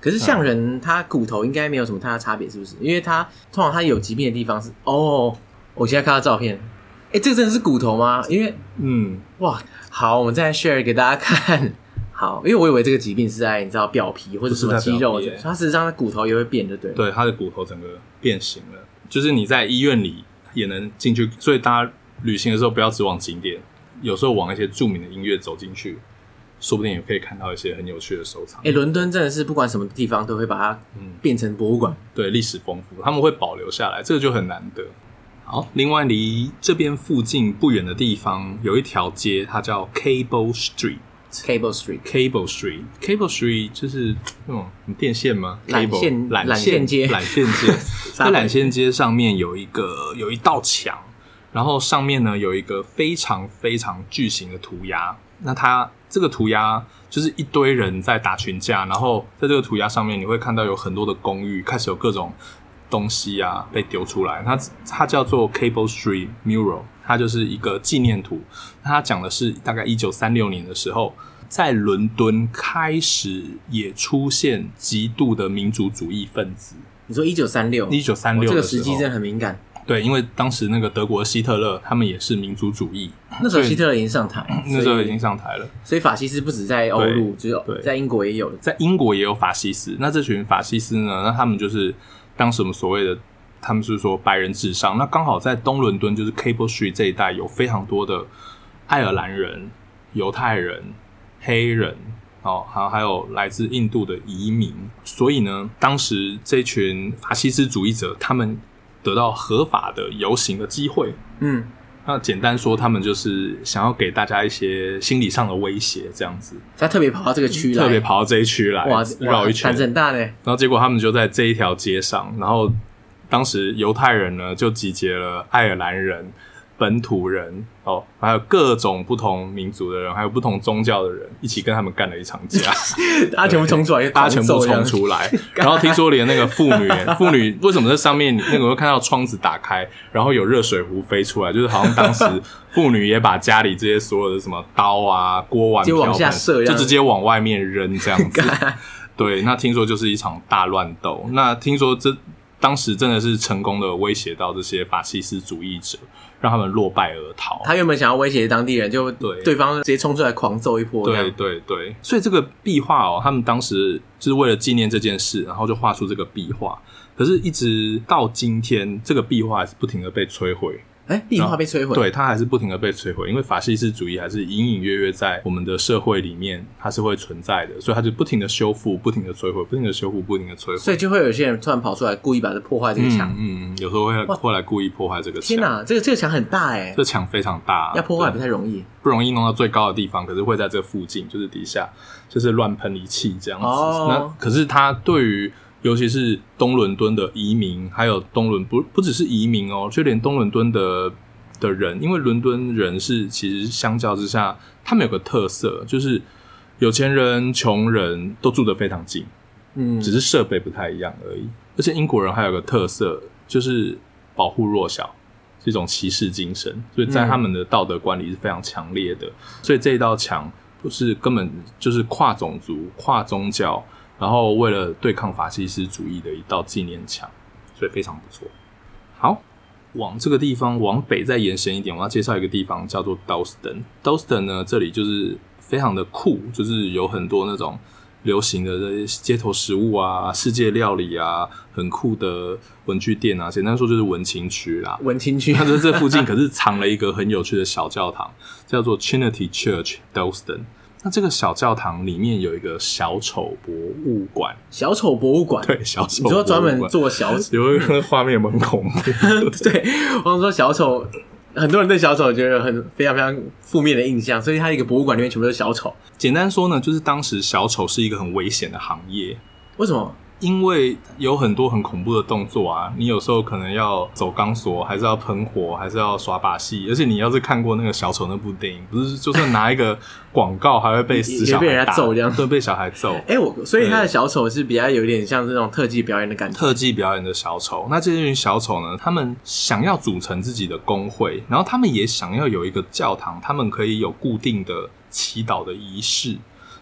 可是象人他骨头应该没有什么太大差别，是不是？因为他通常他有疾病的地方是哦，我现在看到照片，哎，这个真的是骨头吗？因为
嗯，
哇，好，我们再 share 给大家看。好，因为我以为这个疾病是在你知道表皮或者什么肌肉的，它事实上它骨头也会变，对不对？
对，它的骨头整个变形了，就是你在医院里也能进去，所以大家旅行的时候不要只往景点，有时候往一些著名的音乐走进去，说不定也可以看到一些很有趣的收藏。
哎，伦敦真的是不管什么地方都会把它变成博物馆，
嗯、对，历史丰富，他们会保留下来，这个就很难得。好，另外离这边附近不远的地方有一条街，它叫 Cable Street。Cable
Street，Cable
Street，Cable Street 就是那种电线吗？
缆线
缆
线街，
缆线街。在缆线街上面有一个有一道墙，然后上面呢有一个非常非常巨型的涂鸦。那它这个涂鸦就是一堆人在打群架，然后在这个涂鸦上面你会看到有很多的公寓开始有各种东西啊被丢出来。它它叫做 Cable Street Mural。它就是一个纪念图，它讲的是大概一九三六年的时候，在伦敦开始也出现极度的民族主义分子。
你说一九三六，
一九三六
这个时机真的很敏感。
对，因为当时那个德国的希特勒，他们也是民族主义。
那时候希特勒已经上台，
那时候已经上台了。
所以法西斯不止在欧陆，只有在英国也有，
在英国也有法西斯。那这群法西斯呢，那他们就是当时我们所谓的。他们是说白人至上，那刚好在东伦敦就是 Cable Street 这一带有非常多的爱尔兰人、犹太人、黑人，哦，还还有来自印度的移民，所以呢，当时这群法西斯主义者他们得到合法的游行的机会，
嗯，
那简单说，他们就是想要给大家一些心理上的威胁，这样子。
他特别跑到这个区来，
特别跑到这一区来，
哇，
绕一圈，
胆子很大呢。
然后结果他们就在这一条街上，然后。当时犹太人呢就集结了爱尔兰人、本土人哦，还有各种不同民族的人，还有不同宗教的人，一起跟他们干了一场架。
大家全部冲出来，
大家全部冲出来。然后听说连那个妇女，妇女为什么在上面那个会看到窗子打开，然后有热水壶飞出来，就是好像当时妇女也把家里这些所有的什么刀啊、锅碗瓢盆，就直接往外面扔这样子。对，那听说就是一场大乱斗。那听说这。当时真的是成功的威胁到这些法西斯主义者，让他们落败而逃。
他原本想要威胁当地人，就对对方直接冲出来狂揍一波。
对对对，所以这个壁画哦，他们当时就是为了纪念这件事，然后就画出这个壁画。可是，一直到今天，这个壁画还是不停的被摧毁。
哎，壁画被摧毁，
对，它还是不停的被摧毁，因为法西斯主义还是隐隐约约在我们的社会里面，它是会存在的，所以它就不停的修复，不停的摧毁，不停的修复，不停的摧毁，
所以就会有些人突然跑出来，故意把它破坏这个墙，
嗯嗯，有时候会会来故意破坏这个墙。
天哪，这个这个墙很大哎，
这墙非常大，
要破坏不太容易，
不容易弄到最高的地方，可是会在这附近，就是底下，就是乱喷仪器这样子。
哦、
那可是它对于尤其是东伦敦的移民，还有东伦不不只是移民哦，就连东伦敦的。的人，因为伦敦人是其实相较之下，他们有个特色，就是有钱人、穷人都住得非常近，
嗯，
只是设备不太一样而已。而且英国人还有个特色，就是保护弱小，是一种骑士精神，所以在他们的道德观里是非常强烈的。嗯、所以这一道墙不是根本就是跨种族、跨宗教，然后为了对抗法西斯主义的一道纪念墙，所以非常不错。好。往这个地方往北再延伸一点，我要介绍一个地方叫做 Dalston。Dalston 呢，这里就是非常的酷，就是有很多那种流行的这些街头食物啊、世界料理啊，很酷的文具店啊，简单说就是文青区啦。
文青区，
它在这附近可是藏了一个很有趣的小教堂，叫做 Trinity Church Dalston。那这个小教堂里面有一个小丑博物馆，
小丑博物馆，
对，小丑博物馆，
你说专门做小丑，
有一个画面蛮恐怖。
对，我想说小丑，很多人对小丑觉得很非常非常负面的印象，所以它一个博物馆里面全部都是小丑。
简单说呢，就是当时小丑是一个很危险的行业。
为什么？
因为有很多很恐怖的动作啊，你有时候可能要走钢索，还是要喷火，还是要耍把戏。而且你要是看过那个小丑那部电影，不是就算拿一个广告还会被死小孩打，
也被人家揍这样，
对，被小孩揍。
哎、欸，我所以他的小丑是比较有点像这种特技表演的感觉。
特技表演的小丑，那这群小丑呢，他们想要组成自己的工会，然后他们也想要有一个教堂，他们可以有固定的祈祷的仪式。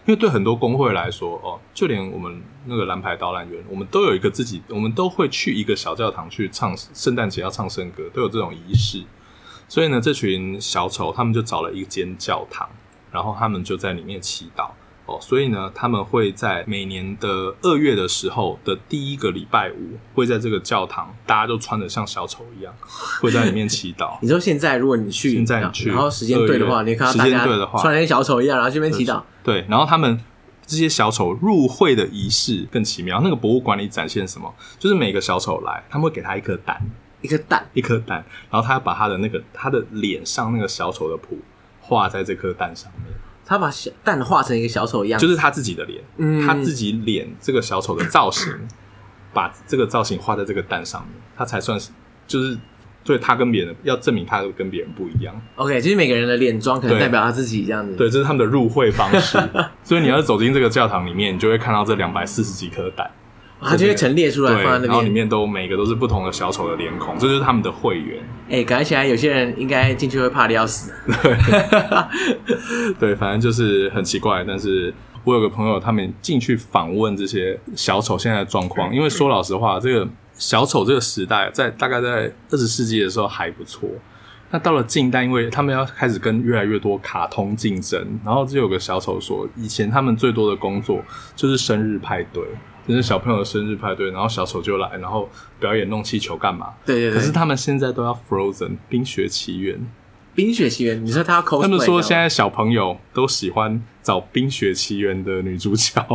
因为对很多工会来说，哦，就连我们那个蓝牌导览员，我们都有一个自己，我们都会去一个小教堂去唱圣诞节要唱圣歌，都有这种仪式。所以呢，这群小丑他们就找了一间教堂，然后他们就在里面祈祷。哦，所以呢，他们会在每年的二月的时候的第一个礼拜五，会在这个教堂，大家都穿得像小丑一样，会在里面祈祷。
你说现在如果你去，
现在你去，
然后时间对的话，你会看到大家穿得像小丑一样，然后去那边祈祷。
对，然后他们这些小丑入会的仪式更奇妙。那个博物馆里展现什么？就是每个小丑来，他们会给他一颗蛋，
一颗蛋，
一颗蛋，然后他把他的那个他的脸上那个小丑的谱画在这颗蛋上面。
他把蛋画成一个小丑一样，
就是他自己的脸，嗯，他自己脸这个小丑的造型，把这个造型画在这个蛋上面，他才算是就是，所以他跟别人要证明他跟别人不一样。
OK， 其实每个人的脸妆可能代表他自己这样子。
对，这是他们的入会方式。所以你要是走进这个教堂里面，你就会看到这两百四十几颗蛋。
它就会陈列出来放在那边，
然后里面都每个都是不同的小丑的脸孔，这就是他们的会员。
哎、欸，感觉起来有些人应该进去会怕的要死。
对，对，反正就是很奇怪。但是我有个朋友，他们进去访问这些小丑现在的状况，因为说老实话，这个小丑这个时代，在大概在二十世纪的时候还不错。那到了近代，因为他们要开始跟越来越多卡通竞争，然后就有个小丑说，以前他们最多的工作就是生日派对。就是小朋友的生日派对，然后小丑就来，然后表演弄气球干嘛？
对对对。
可是他们现在都要 Frozen 冰雪奇缘，
冰雪奇缘，你说他要 cosplay？
他们说现在小朋友都喜欢找冰雪奇缘的女主角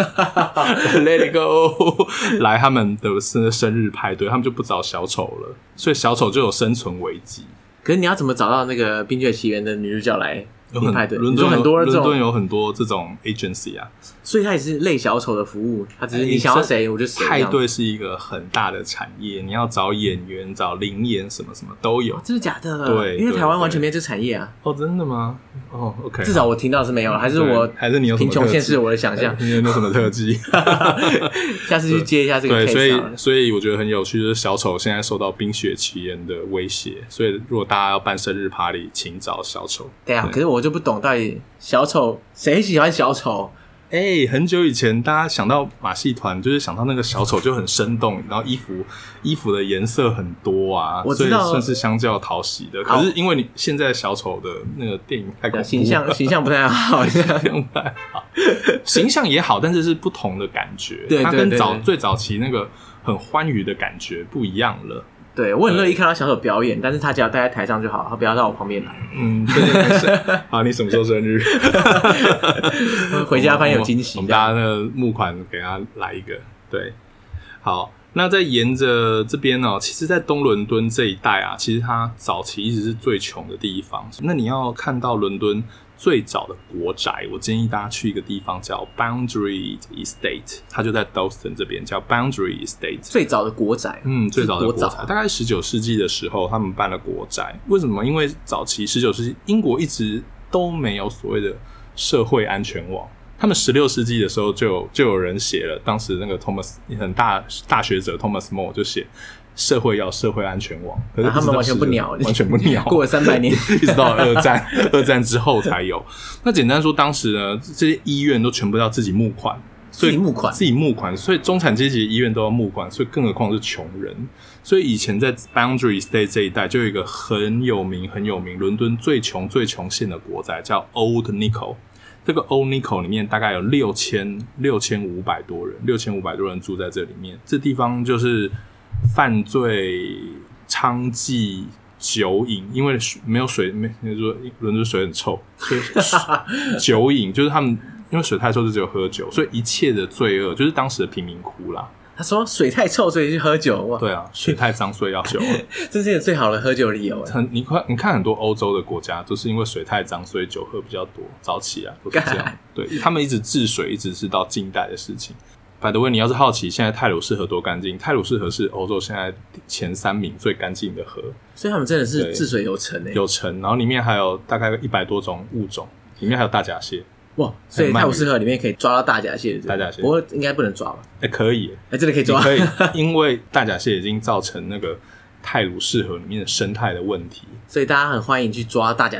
，Let it go 来他们的生日派对，他们就不找小丑了，所以小丑就有生存危机。
可是你要怎么找到那个冰雪奇缘的女主角来？派对，
伦敦很多，伦敦有很多这种 agency 啊，
所以它也是类小丑的服务。它只是你想要谁，我就谁。
派对是一个很大的产业，你要找演员、找灵演，什么什么都有。
哦、真的假的？
对，
因为台湾完全没有这产业啊。
哦，真的吗？哦 ，OK，
至少我听到是没有，还是我
还是你有
贫穷限制我的想象？
你有没有什么特技？
下次去接一下这个 case。
对，所以所以我觉得很有趣，就是小丑现在受到冰雪奇缘的威胁，所以如果大家要办生日 party， 请找小丑。
对啊，可是我就不懂到底。小丑谁喜欢小丑？
哎、欸，很久以前大家想到马戏团，就是想到那个小丑就很生动，然后衣服衣服的颜色很多啊，
我知道
所以算是相较讨喜的。可是因为你现在小丑的那个电影太恐怖了，
形象形象不太好，
形象不太好，形象也好，但是是不同的感觉。
对对对对，
它跟早最早期那个很欢愉的感觉不一样了。
对，我很乐意看到小丑表演，但是他只要待在台上就好，他不要到我旁边来。
嗯，对对对。好，你什么时候生日？
回家发现有惊喜。
我们大家那个募款给他来一个。对，好，那在沿着这边哦，其实，在东伦敦这一带啊，其实它早期一直是最穷的地方。那你要看到伦敦最早的国宅，我建议大家去一个地方叫 Boundary Estate， 它就在 Dalston 这边，叫 Boundary Estate。
最早的国宅，
嗯，最早的国宅，大概十九世纪的时候，他们办了国宅。为什么？因为早期十九世纪，英国一直都没有所谓的社会安全网。他们十六世纪的时候就有就有人写了，当时那个 Thomas 很大大学者 Thomas More 就写社会要社会安全网，可是
他们完全不鸟，
完全不鸟，
过了三百年，
一直到二战，二战之后才有。那简单说，当时呢，这些医院都全部要自己募款，所以
自己募款，
自己募款，所以中产阶级的医院都要募款，所以更何况是穷人。所以以前在 Boundary Estate 这一带就有一个很有名、很有名，伦敦最穷、最穷县的国宅叫 Old Nichol。这个 Old Nichol 里面大概有六千六千五百多人，六千五百多人住在这里面。这地方就是犯罪、娼妓、酒瘾，因为没有水，没就是说伦敦水很臭，所以酒瘾就是他们因为水太臭就只有喝酒，所以一切的罪恶就是当时的贫民窟啦。
他说水太臭所以去喝酒，哇！
对啊，水太脏所以要酒，
这是最好的喝酒理由。
你看，你看很多欧洲的国家都是因为水太脏，所以酒喝比较多。早期啊都是这样，对，他们一直治水，一直是到近代的事情。by the way，你要是好奇现在泰晤士河多干净，泰晤士河是欧洲现在前三名最干净的河，
所以他们真的是治水有成诶、欸，
有成。然后里面还有大概一百多种物种，里面还有大闸蟹。
哇！所以泰晤士河里面可以抓到大闸蟹，
大闸蟹，
不过应该不能抓吧？
哎、欸，可以，
哎、欸，真的可以抓，
可以，因为大闸蟹已经造成那个泰晤士河里面的生态的问题，
所以大家很欢迎去抓大闸蟹。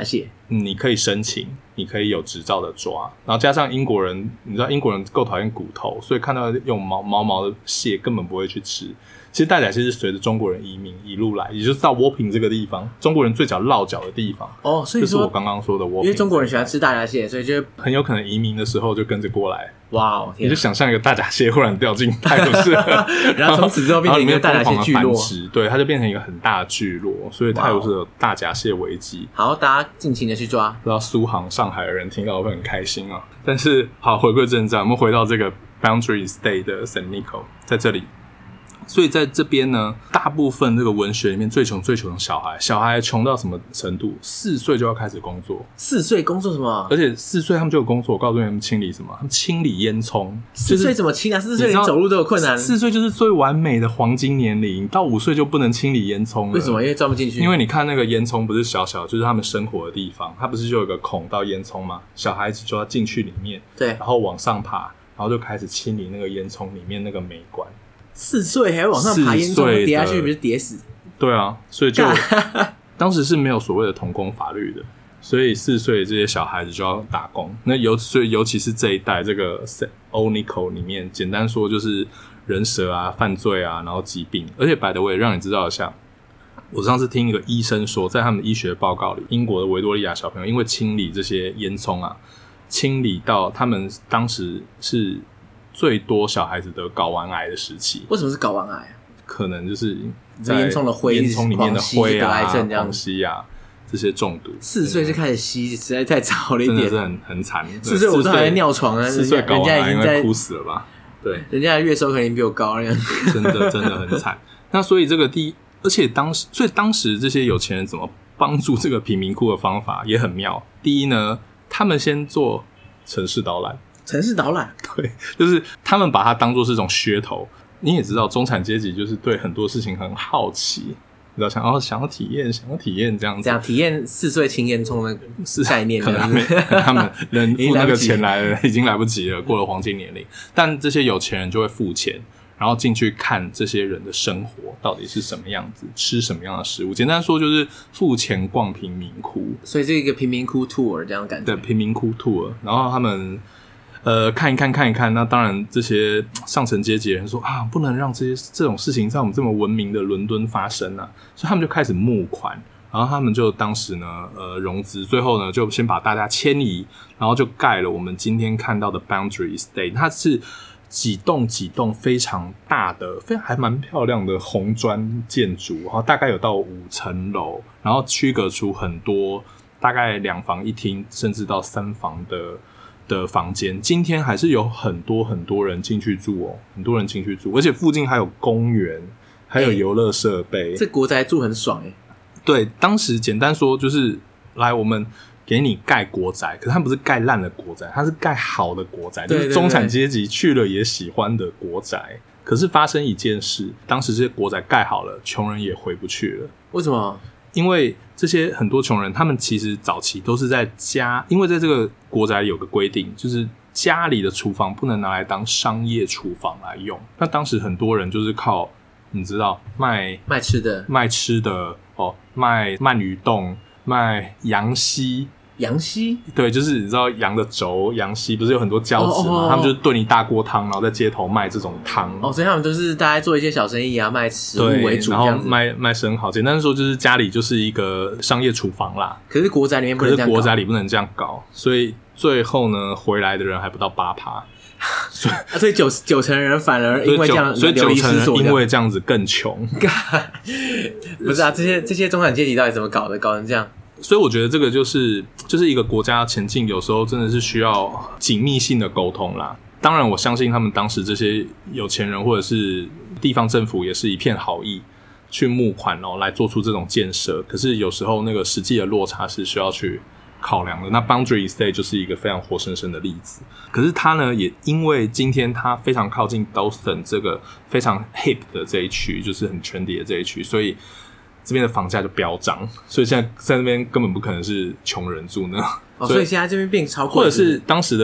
嗯你可以申请，你可以有执照的抓，然后加上英国人，你知道英国人够讨厌骨头，所以看到用毛毛毛的蟹根本不会去吃。其实大闸蟹是随着中国人移民一路来，也就是到窝坪这个地方，中国人最早落脚的地方。
哦，所以说
就是我刚刚说的窝坪，
因为中国人喜欢吃大闸蟹，所以就
很有可能移民的时候就跟着过来。
哇哦，
你就想象一个大闸蟹忽然掉进泰晤士河，
然后从此之后变成一个大闸蟹聚落，
对，它就变成一个很大的聚落，所以泰晤士有大闸蟹危机。
好，大家尽情的去抓。
不知道苏杭、上海的人听到会很开心啊。但是好，回归正传，我们回到这个 Boundary State 的 Saint Nico， 在这里。所以在这边呢，大部分这个文学里面最穷最穷的小孩，小孩穷到什么程度？四岁就要开始工作。
四岁工作什么？
而且四岁他们就有工作。我告诉你们清理什么？他们清理烟囱。
四岁怎么清啊？四岁连走路都有困难。
四岁就是最完美的黄金年龄，到五岁就不能清理烟囱了。
为什么？因为钻不进去。
因为你看那个烟囱不是小小，就是他们生活的地方，它不是就有个孔到烟囱吗？小孩子就要进去里面，
对，
然后往上爬，然后就开始清理那个烟囱里面那个煤管。
四岁还要往上爬烟囱，跌下去不是跌死？
对啊，所以就当时是没有所谓的童工法律的，所以四岁这些小孩子就要打工。那尤所以尤其是这一代这个 Old Nico 里面，简单说就是人蛇啊、犯罪啊，然后疾病。而且 by the way， 让你知道一下，我上次听一个医生说，在他们的医学报告里，英国的维多利亚小朋友因为清理这些烟囱啊，清理到他们当时是最多小孩子得睾丸癌的时期。
为什么是睾丸癌啊？
可能就是在
烟囱的灰、
烟囱里面的灰啊、
黄
吸啊这些中毒。
四岁就开始吸，实在太早了一点，
真的是很很惨。
四岁我都还在尿床啊，
四岁睾丸癌
人家已经在
哭死了吧？对，
人家的月收肯定比我高了，
真的真的很惨。那所以这个第一，而且当时，所以当时这些有钱人怎么帮助这个贫民窟的方法也很妙。第一呢，他们先做城市导览。
城市导览，
对，就是他们把它当作是一种噱头。你也知道，中产阶级就是对很多事情很好奇，你知道，想要想要体验，想要体验这样子，
这样体验四岁清烟囱的概念，
可能他们能付那个钱来了，已经来不及了，过了黄金年龄。但这些有钱人就会付钱，然后进去看这些人的生活到底是什么样子，吃什么样的食物。简单说就是付钱逛贫民窟，
所以这个贫民窟 tour 这样感觉。
对，贫民窟 tour， 然后他们。呃，看一看，看一看，那当然，这些上层阶级的人说啊，不能让这些这种事情在我们这么文明的伦敦发生啊，所以他们就开始募款，然后他们就当时呢，呃，融资，最后呢，就先把大家迁移，然后就盖了我们今天看到的 Boundary Estate， 它是几栋几栋非常大的、非常还蛮漂亮的红砖建筑，然后大概有到五层楼，然后区隔出很多大概两房一厅，甚至到三房的。的房间，今天还是有很多很多人进去住哦，很多人进去住，而且附近还有公园，还有游乐设备、欸。
这国宅住很爽哎、欸。
对，当时简单说就是来我们给你盖国宅，可是它不是盖烂的国宅，它是盖好的国宅，
对对对，
就是中产阶级去了也喜欢的国宅。可是发生一件事，当时这些国宅盖好了，穷人也回不去了。
为什么？
因为这些很多穷人，他们其实早期都是在家，因为在这个国宅有个规定，就是家里的厨房不能拿来当商业厨房来用。那当时很多人就是靠，你知道卖
卖吃的，
卖吃的哦，卖鳗鱼冻，卖羊膝。
羊膝，
对，就是你知道羊的轴、羊膝不是有很多胶质吗？哦哦哦，他们就是炖一大锅汤，然后在街头卖这种汤。
哦，所以他们都是大概做一些小生意啊，卖食物为主，
然后卖卖生蚝。简单说就是家里就是一个商业厨房啦。
可是国宅里面不能这样搞，
可是国宅里不能这样搞，所以最后呢，回来的人还不到八趴。
所以，啊、所以九九成人反而因为这样，
所以九成人因为这样子更穷。
不是啊，这些这些中产阶级到底怎么搞的，搞成这样？
所以我觉得这个就是就是一个国家前进，有时候真的是需要紧密性的沟通啦。当然，我相信他们当时这些有钱人或者是地方政府也是一片好意去募款哦，来做出这种建设。可是有时候那个实际的落差是需要去考量的。那 Boundary Estate 就是一个非常活生生的例子。可是它呢，也因为今天它非常靠近 Dalston 这个非常 hip 的这一区，就是很 trendy 的这一区，所以这边的房价就飙涨，所以现在在那边根本不可能是穷人住呢。
哦，所以现在这边变超贵，
或者是当时的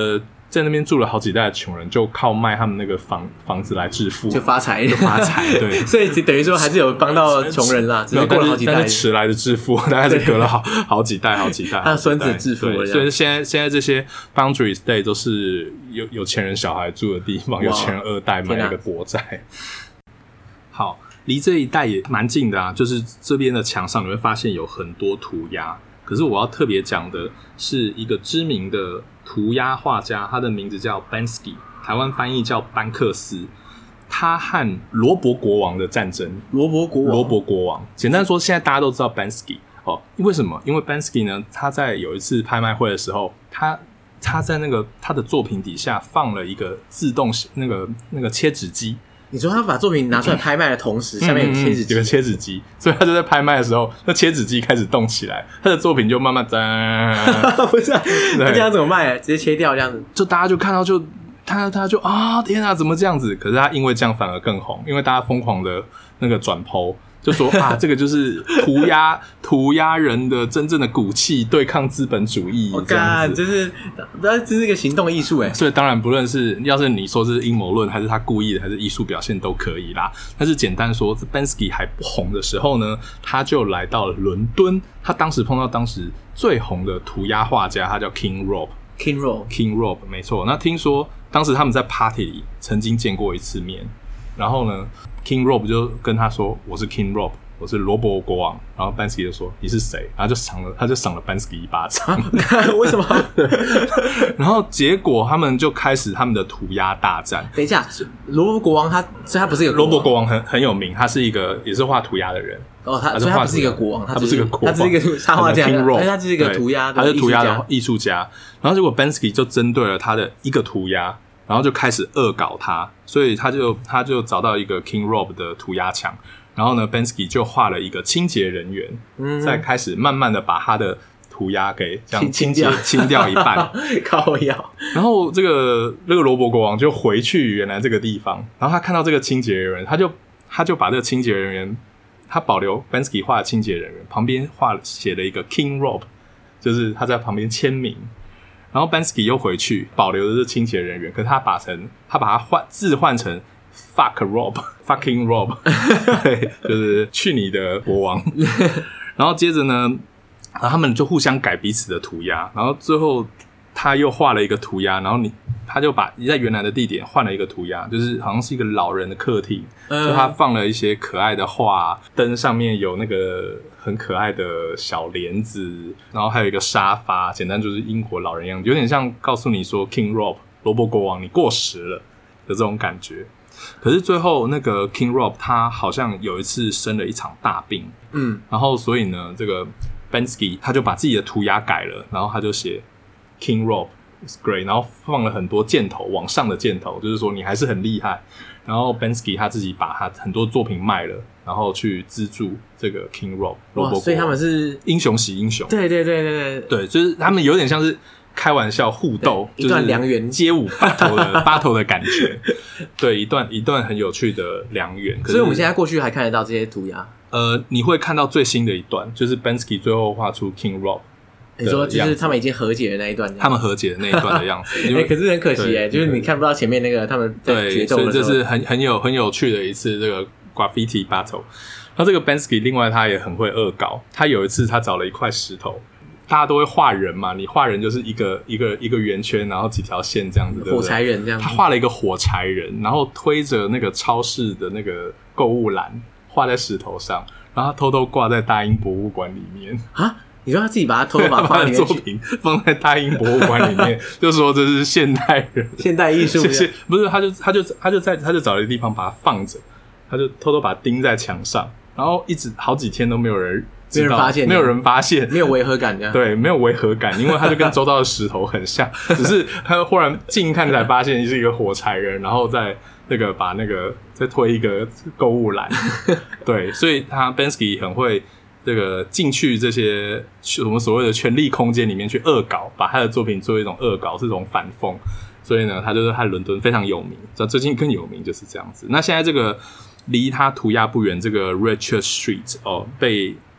在那边住了好几代的穷人，就靠卖他们那个房房子来致富，
就发财，
就发财。对，
所以等于说还是有帮到穷人啦，只是过了好几代，
但是迟来的致富大概是隔了好好几代，好几代，
他孙子致富了。
所以现在现在这些 Boundary Estate 都是有有钱人小孩住的地方，有钱人二代买一个国债。好，离这一带也蛮近的啊，就是这边的墙上你会发现有很多涂鸦。可是我要特别讲的是一个知名的涂鸦画家，他的名字叫 Banksy， 台湾翻译叫班克斯。他和罗伯国王的战争，
罗伯国王，
罗伯国王，简单说，现在大家都知道 Banksy 哦，为什么？因为 Banksy 呢，他在有一次拍卖会的时候，他他在那个他的作品底下放了一个自动那个那个切纸机。
你说他把作品拿出来拍卖的同时，下面有切纸机，
有个切纸机，所以他就在拍卖的时候，那切纸机开始动起来，他的作品就慢慢在。
不是、啊，那这样怎么卖？直接切掉这样子，
就大家就看到就他他就啊天啊，怎么这样子？可是他因为这样反而更红，因为大家疯狂的那个转 po。就说啊，这个就是涂鸦涂鸦人的真正的骨气，对抗资本主义。
我干，这是这这是一个行动艺术哎。
所以当然，不论是要是你说这是阴谋论，还是他故意的，还是艺术表现都可以啦。但是简单说 ，Banksy 还不红的时候呢，他就来到了伦敦。他当时碰到当时最红的涂鸦画家，他叫 King Rob。King
Rob，King
Rob， 没错。那听说当时他们在 party 里曾经见过一次面。然后呢 King Rob 就跟他说，我是 King Rob， 我是罗伯国王。然后 Banksy 就说，你是谁？然后就赏了他就赏了 Banksy 一巴掌。
为什么？
然后结果他们就开始他们的涂鸦大战。
等一下，罗伯国王他所以他不是一个
罗伯国王很很有名，他是一个也是画涂鸦的人。
哦，他所以他不是一个国王，
他不是一个国王，
他只是一个插画家，而他是一个涂鸦的，
他是涂鸦的艺术家。然后结果 Banksy 就针对了他的一个涂鸦。然后就开始恶搞他，所以他就他就找到一个 King Rob 的涂鸦墙，然后呢 Banksy 就画了一个清洁人员，嗯，再开始慢慢的把他的涂鸦给这样清洁清掉一半，
靠腰。
然后这个这个罗伯国王就回去原来这个地方，然后他看到这个清洁人员，他就他就把这个清洁人员，他保留 Banksy 画的清洁人员旁边画写了一个 King Rob， 就是他在旁边签名。然后 Banksy 又回去保留的是清洁人员，可是他把成他把它换字换成 fuck Rob fucking Rob 对，就是去你的国王。然后接着呢，然后他们就互相改彼此的涂鸦，然后最后他又画了一个涂鸦，然后你他就把在原来的地点换了一个涂鸦，就是好像是一个老人的客厅，嗯，就他放了一些可爱的画，灯上面有那个很可爱的小帘子，然后还有一个沙发，简单就是英国老人样子，有点像告诉你说 King Rob 罗伯国王你过时了的这种感觉。可是最后那个 King Rob 他好像有一次生了一场大病，嗯，然后所以呢这个 Banksy 他就把自己的涂鸦改了，然后他就写 King Rob is great， 然后放了很多箭头往上的箭头，就是说你还是很厉害。然后 Banksy 他自己把他很多作品卖了，然后去资助这个 King Rob 罗伯国王，
所以他们是
英雄惜英雄，
对对对对对
对，就是他们有点像是开玩笑互斗，
一段良缘
街舞 battle 的 battle 的感觉，对，一段一段很有趣的良缘。
所以我们现在过去还看得到这些涂鸦。
呃，你会看到最新的一段，就是 Banksy 最后画出 King Rob。
你说就是他们已经和解的那一段，
他们和解的那一段的样子。
欸、可是很可惜哎，就是你看不到前面那个他们在决斗的时候。
对，所以这是很很有很有趣的一次这个 graffiti battle。那这个 Banksy 另外他也很会恶搞，他有一次他找了一块石头，大家都会画人嘛，你画人就是一个一个一个圆圈，然后几条线这样子，
火柴人这样子。
他画了一个火柴人，然后推着那个超市的那个购物篮画在石头上，然后他偷偷挂在大英博物馆里面
啊。你说他自己把他偷偷把他放在里面，
作品放在大英博物馆里面，就说这是现代人、
现代艺术。
不是，他就他就他就在他就找了一个地方把它放着，他就偷偷把它钉在墙上，然后一直好几天都没有人知道，
没有人发现，
没有人发现，
没有违和感这样。
对，没有违和感，因为他就跟周遭的石头很像，只是他忽然近看才发现是一个火柴人，然后再那个把那个再推一个购物篮。对，所以他 Banksy 很会。这个进去这些我们所谓的权力空间里面去恶搞，把他的作品做一种恶搞，是一种反讽，所以呢，他就是在伦敦非常有名。最近更有名就是这样子。那现在这个离他涂鸦不远，这个 Richard Street 哦，被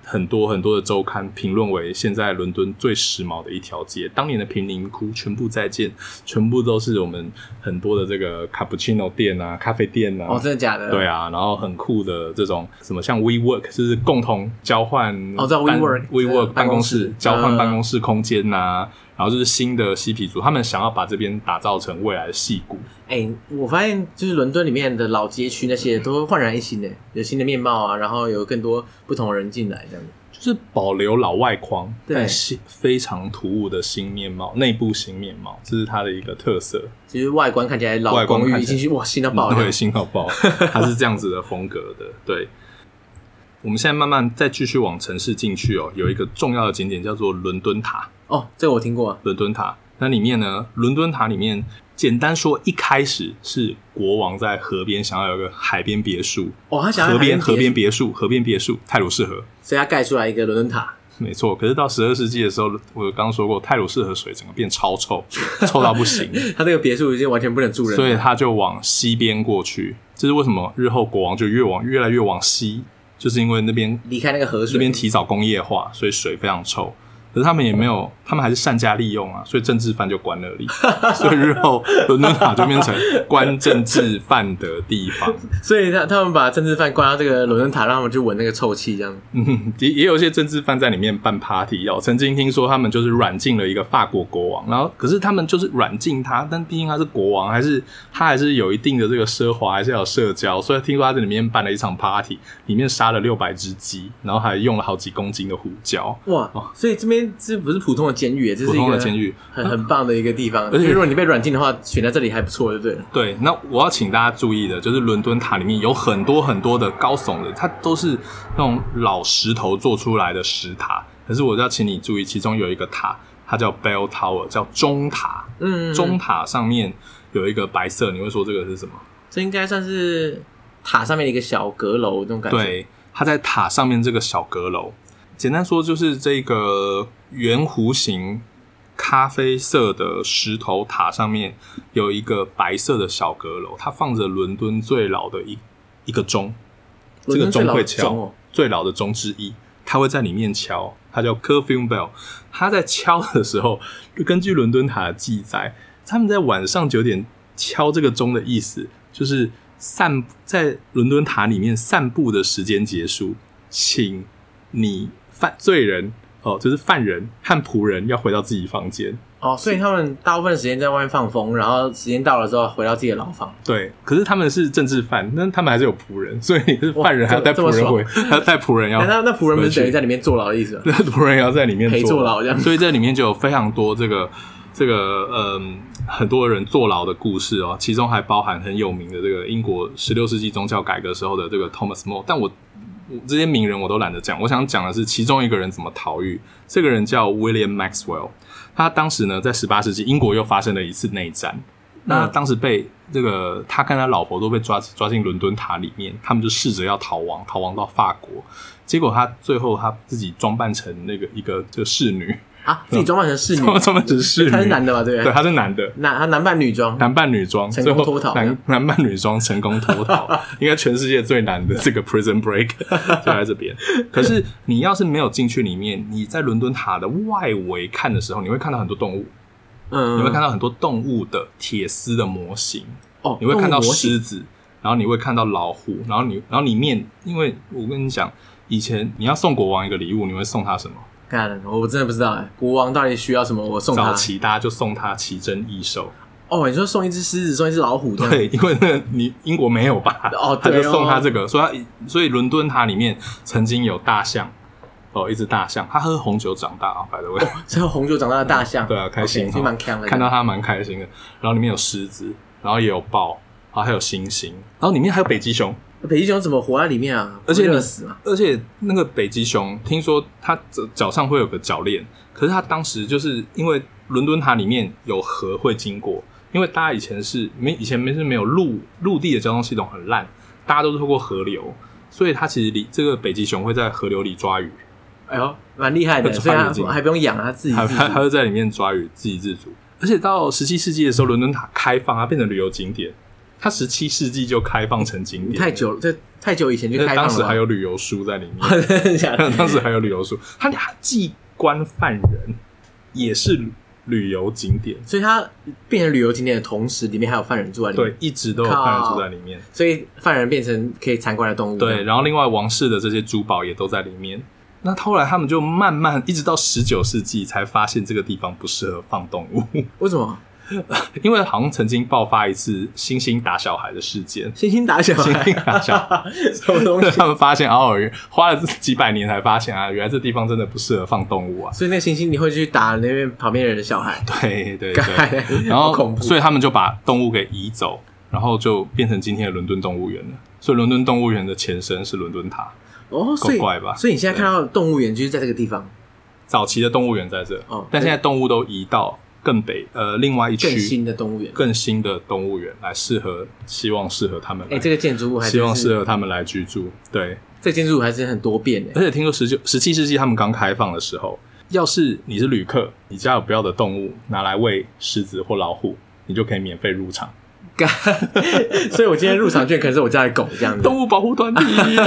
很多很多的周刊评论为现在伦敦最时髦的一条街。当年的贫民窟全部再见，全部都是我们很多的这个卡布奇诺店啊、咖啡店啊。
哦，真的假的？
对啊，然后很酷的这种什么像 WeWork， 就是共同交换
哦，知道 WeWork
WeWork 办公室、
室
交换办公室空间呐、啊。然后就是新的嬉皮族，他们想要把这边打造成未来的矽谷。
哎、欸，我发现就是伦敦里面的老街区那些都焕然一新的，有新的面貌啊，然后有更多不同的人进来，这样子。
就是保留老外框，
对，
但是非常突兀的新面貌，内部新面貌，这是它的一个特色。
其实外观看起来老公寓，进去哇，新到爆，
对，新到爆，它是这样子的风格的。对，我们现在慢慢再继续往城市进去哦，有一个重要的景点叫做伦敦塔。
哦，这个我听过。
伦敦塔，那里面呢，伦敦塔里面，简单说，一开始是国王在河边想要有个海边别墅。
哦，他想要
河边河边别墅，河边别墅，泰鲁士河，
所以他盖出来一个伦敦塔。
没错，可是到十二世纪的时候，我刚刚说过，泰鲁士河水整个变超臭，臭到不行。
他这个别墅已经完全不能住人了，
所以他就往西边过去。这是为什么日后国王就越往越来越往西，就是因为那边
离开那个河水，
那边提早工业化，所以水非常臭。可是他们也没有，他们还是善加利用啊，所以政治犯就关那里，所以日后伦敦塔就变成关政治犯的地方。
所以他他们把政治犯关到这个伦敦塔，让他们去闻那个臭气，这样。
嗯，也也有一些政治犯在里面办 party 哦。曾经听说他们就是软禁了一个法国国王，然后可是他们就是软禁他，但毕竟他是国王，还是他还是有一定的这个奢华，还是要有社交，所以听说他在里面办了一场 party， 里面杀了六百只鸡，然后还用了好几公斤的胡椒。
哇，哦、所以这边。这不是普通的监狱，这是一个
普通的监狱，
很很棒的一个地方。而且如果你被软禁的话，选在这里还不错，对不对？
对，那我要请大家注意的就是伦敦塔里面有很多很多的高耸的，它都是那种老石头做出来的石塔。可是我要请你注意，其中有一个塔，它叫 Bell Tower， 叫钟塔。嗯，钟塔上面有一个白色，你会说这个是什么？
这应该算是塔上面的一个小阁楼，那种感觉。
对，它在塔上面这个小阁楼。简单说就是这个圆弧形咖啡色的石头塔上面有一个白色的小阁楼，它放着伦敦最老的一一个钟，这个钟会敲，
哦、
最老的钟之一，它会在里面敲，它叫 Curfew Bell。它在敲的时候，根据伦敦塔的记载，他们在晚上九点敲这个钟的意思，就是散在伦敦塔里面散步的时间结束，请你。犯罪人哦，就是犯人和仆人要回到自己房间
哦，所以他们大部分时间在外面放风，然后时间到了之后回到自己的牢房。
对，可是他们是政治犯，但他们还是有仆人，所以你是犯人还要带仆人回，还要带仆人要。
那那仆人不是等于在里面坐牢的意思吗？
那仆人也要在里面
陪坐牢这样。
所以这里面就有非常多这个这个嗯很多人坐牢的故事哦，其中还包含很有名的这个英国十六世纪宗教改革时候的这个 Thomas More， 但我。这些名人我都懒得讲，我想讲的是其中一个人怎么逃狱。这个人叫 William Maxwell， 他当时呢在十八世纪英国又发生了一次内战，那当时被这个他跟他老婆都被抓抓进伦敦塔里面，他们就试着要逃亡，逃亡到法国，结果他最后他自己装扮成那个一个这个侍女。
啊，自己装扮成侍女，
装扮成侍女，
他是男的吧？对不对？
对，他是男的，
男他男扮女装，
男扮女装，
成功脱逃，
男男扮女装成功脱逃，应该全世界最难的这个 Prison Break 就在这边。可是你要是没有进去里面，你在伦敦塔的外围看的时候，你会看到很多动物，嗯，你会看到很多动物的铁丝的模型，哦，你会看到狮子，然后你会看到老虎，然后你然后里面，因为我跟你讲，以前你要送国王一个礼物，你会送他什么？
看，我真的不知道哎，国王到底需要什么？我送他。
早期大家就送他奇珍异兽。
哦，你说送一只狮子，送一只老虎？
对，因为那个你英国没有吧？
哦，
他就送他这个，所以他所以伦敦塔里面曾经有大象，哦，一只大象，他喝红酒长大啊，by the way，
这喝红酒长大的大象，
对啊，开心，
蛮强的，
看到他蛮开心的。然后里面有狮子，然后也有豹，然后还有猩猩，然后里面还有北极熊。
北极熊怎么活在里面啊？
而且
死嘛！
而且那个北极熊，听说它脚上会有个脚链，可是它当时就是因为伦敦塔里面有河会经过，因为大家以前是没以前没是没有陆陆地的交通系统很烂，大家都是透过河流，所以它其实里这个北极熊会在河流里抓鱼。
哎呦，蛮厉害的，所以它还不用养，它自己自
它它就在里面抓鱼，自给自足。而且到十七世纪的时候，伦敦塔开放，它变成旅游景点。它十七世纪就开放成景点，
太久了，这太久以前就开放了吗，
当时还有旅游书在里面，
真的假的？
当时还有旅游书，他既关犯人，也是旅游景点，
所以它变成旅游景点的同时，里面还有犯人住在里面。
对，一直都有犯人住在里面，
所以犯人变成可以参观的动物。
对，然后另外王室的这些珠宝也都在里面。那后来他们就慢慢一直到十九世纪才发现这个地方不适合放动物。
为什么？
因为好像曾经爆发一次猩猩打小孩的事件。
猩猩打小孩？
猩猩打小孩
什么东西？
他们发现偶尔花了几百年才发现啊，原来这地方真的不适合放动物啊。
所以那猩猩你会去打那边旁边人的小孩？
对对对。然后所以他们就把动物给移走，然后就变成今天的伦敦动物园了。所以伦敦动物园的前身是伦敦塔。
哦，所以
够怪吧？
所以你现在看到的动物园就是在这个地方。
早期的动物园在这，
哦，
但现在动物都移到更北，呃，另外一区
更新的动物园，
更新的动物园来适合，希望适合他们来。
哎、欸，这个建筑物还是
希望适合他们来居住。对，
这个建筑物还是很多变的。
而且听说十九、十七世纪他们刚开放的时候，要是你是旅客，你家有不要的动物拿来喂狮子或老虎，你就可以免费入场。
所以我今天入场券可能是我家的狗这样子。
动物保护团体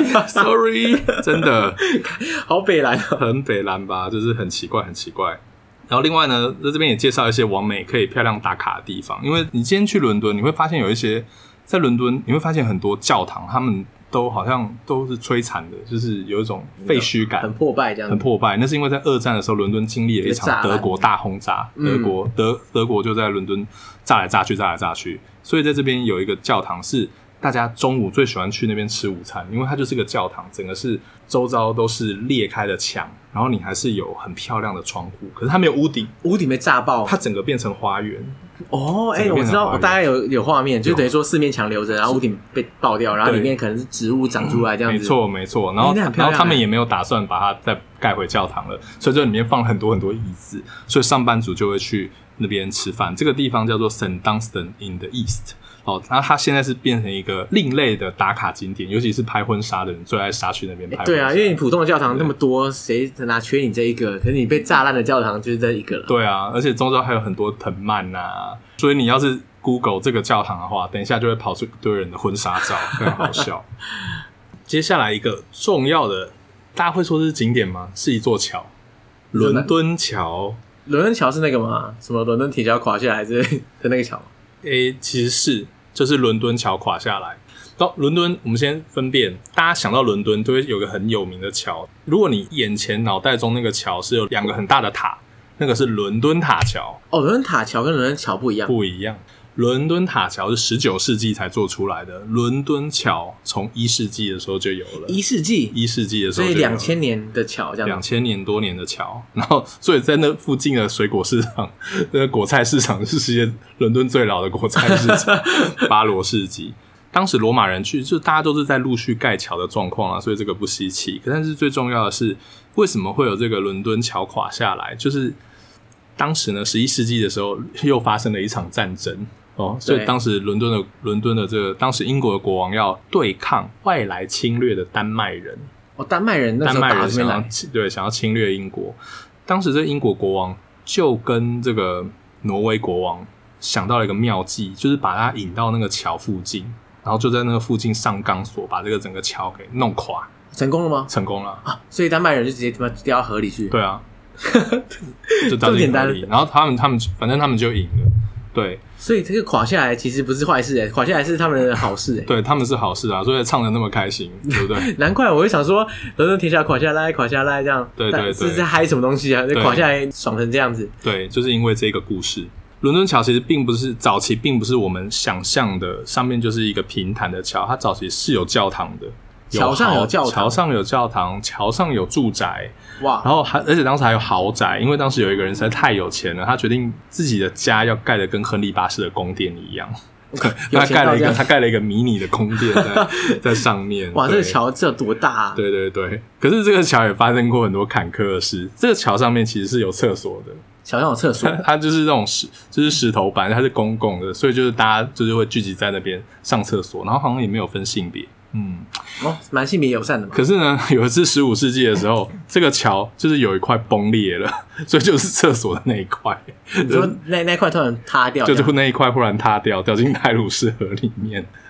，sorry， 真的
好北蓝、喔，
很北蓝吧，就是很奇怪，很奇怪。然后另外呢，在这边也介绍一些网美可以漂亮打卡的地方，因为你今天去伦敦，你会发现有一些在伦敦，你会发现很多教堂，他们都好像都是摧残的，就是有一种废墟感，
很破败这样子，
很破败。那是因为在二战的时候，伦敦经历了一场德国大轰炸，德国德德国就在伦敦炸来炸去，炸来炸去。所以在这边有一个教堂是大家中午最喜欢去那边吃午餐，因为它就是个教堂，整个是周遭都是裂开的墙，然后你还是有很漂亮的窗户，可是它没有屋顶，
屋顶被炸爆，
它整个变成花园。
哦，哎、欸，我知道，我大概有有画面，就等于说四面墙留着，然后屋顶被爆掉，然后里面可能是植物长出来这样子。
没错，没错。然后，
欸、
然后他们也没有打算把它再盖回教堂了，所以这里面放了很多很多椅子，所以上班族就会去那边吃饭。这个地方叫做 Saint Dunstan in the East。哦，然后它现在是变成一个另类的打卡景点，尤其是拍婚纱的人最爱杀去那边拍婚纱。
对啊，因为你普通的教堂那么多，谁哪缺你这一个？可是你被炸烂的教堂就是这一个了。
对啊，而且中间还有很多藤蔓啊，所以你要是 Google 这个教堂的话，等一下就会跑出一堆人的婚纱照，非常好笑。接下来一个重要的，大家会说这是景点吗？是一座桥，伦敦桥。
伦敦桥是那个吗？什么伦敦铁桥垮下来之类的那个桥？
诶，其实是。就是伦敦桥垮下来。到伦敦，我们先分辨，大家想到伦敦都会有个很有名的桥。如果你眼前脑袋中那个桥是有两个很大的塔，那个是伦敦塔桥。
哦，伦敦塔桥跟伦敦桥不一样。
不一样。伦敦塔桥是十九世纪才做出来的，伦敦桥从一世纪的时候就有了。
一世纪，
一世纪的时候就有了，
所以两千年的桥这样，
两千年多年的桥。然后，所以在那附近的水果市场，那个果菜市场是世界伦敦最老的果菜市场，巴罗市集。当时罗马人去，就大家都是在陆续盖桥的状况啊，所以这个不稀奇。可但是最重要的是，为什么会有这个伦敦桥垮下来？就是当时呢，十一世纪的时候又发生了一场战争。哦，所以当时伦敦的伦敦的这个，当时英国的国王要对抗外来侵略的丹麦人。
哦，丹麦人那时候打这边来，
对，想要侵略英国。当时这英国国王就跟这个挪威国王想到了一个妙计，就是把他引到那个桥附近，然后就在那个附近上钢索，把这个整个桥给弄垮。
成功了吗？
成功了
啊！所以丹麦人就直接他妈掉到河里去。
对啊，就掉进河里，然后他们他们反正他们就赢了。对，
所以这个垮下来其实不是坏事诶，垮下来是他们的好事诶。
对，他们是好事啊，所以唱得那么开心，对不对？
难怪我会想说，伦敦铁桥垮下来，垮下来这样。
对对对，
是在嗨什么东西啊？垮下来爽成这样子。
对，就是因为这个故事。伦敦桥其实并不是早期，并不是我们想象的，上面就是一个平坦的桥，它早期是有教堂的。
桥上有教堂，
桥上有教堂，桥上有住宅，
哇！
然后还而且当时还有豪宅，因为当时有一个人实在太有钱了，他决定自己的家要盖得跟亨利八世的宫殿一样，他盖了一个他盖了一个迷你的宫殿在在上面。
哇，这个桥这有多大啊？
对对对，可是这个桥也发生过很多坎坷的事。这个桥上面其实是有厕所的。
桥上有厕所，
它就是那种石，就是石头板，它是公共的，所以就是大家就是会聚集在那边上厕所，然后好像也没有分性别。嗯，
哦，蛮性别友善的嘛。
可是呢，有一次十五世纪的时候，这个桥就是有一块崩裂了，所以就是厕所的那一块。
你说那那块突然塌掉，
就是那一块忽然塌掉，掉进泰晤士河里面。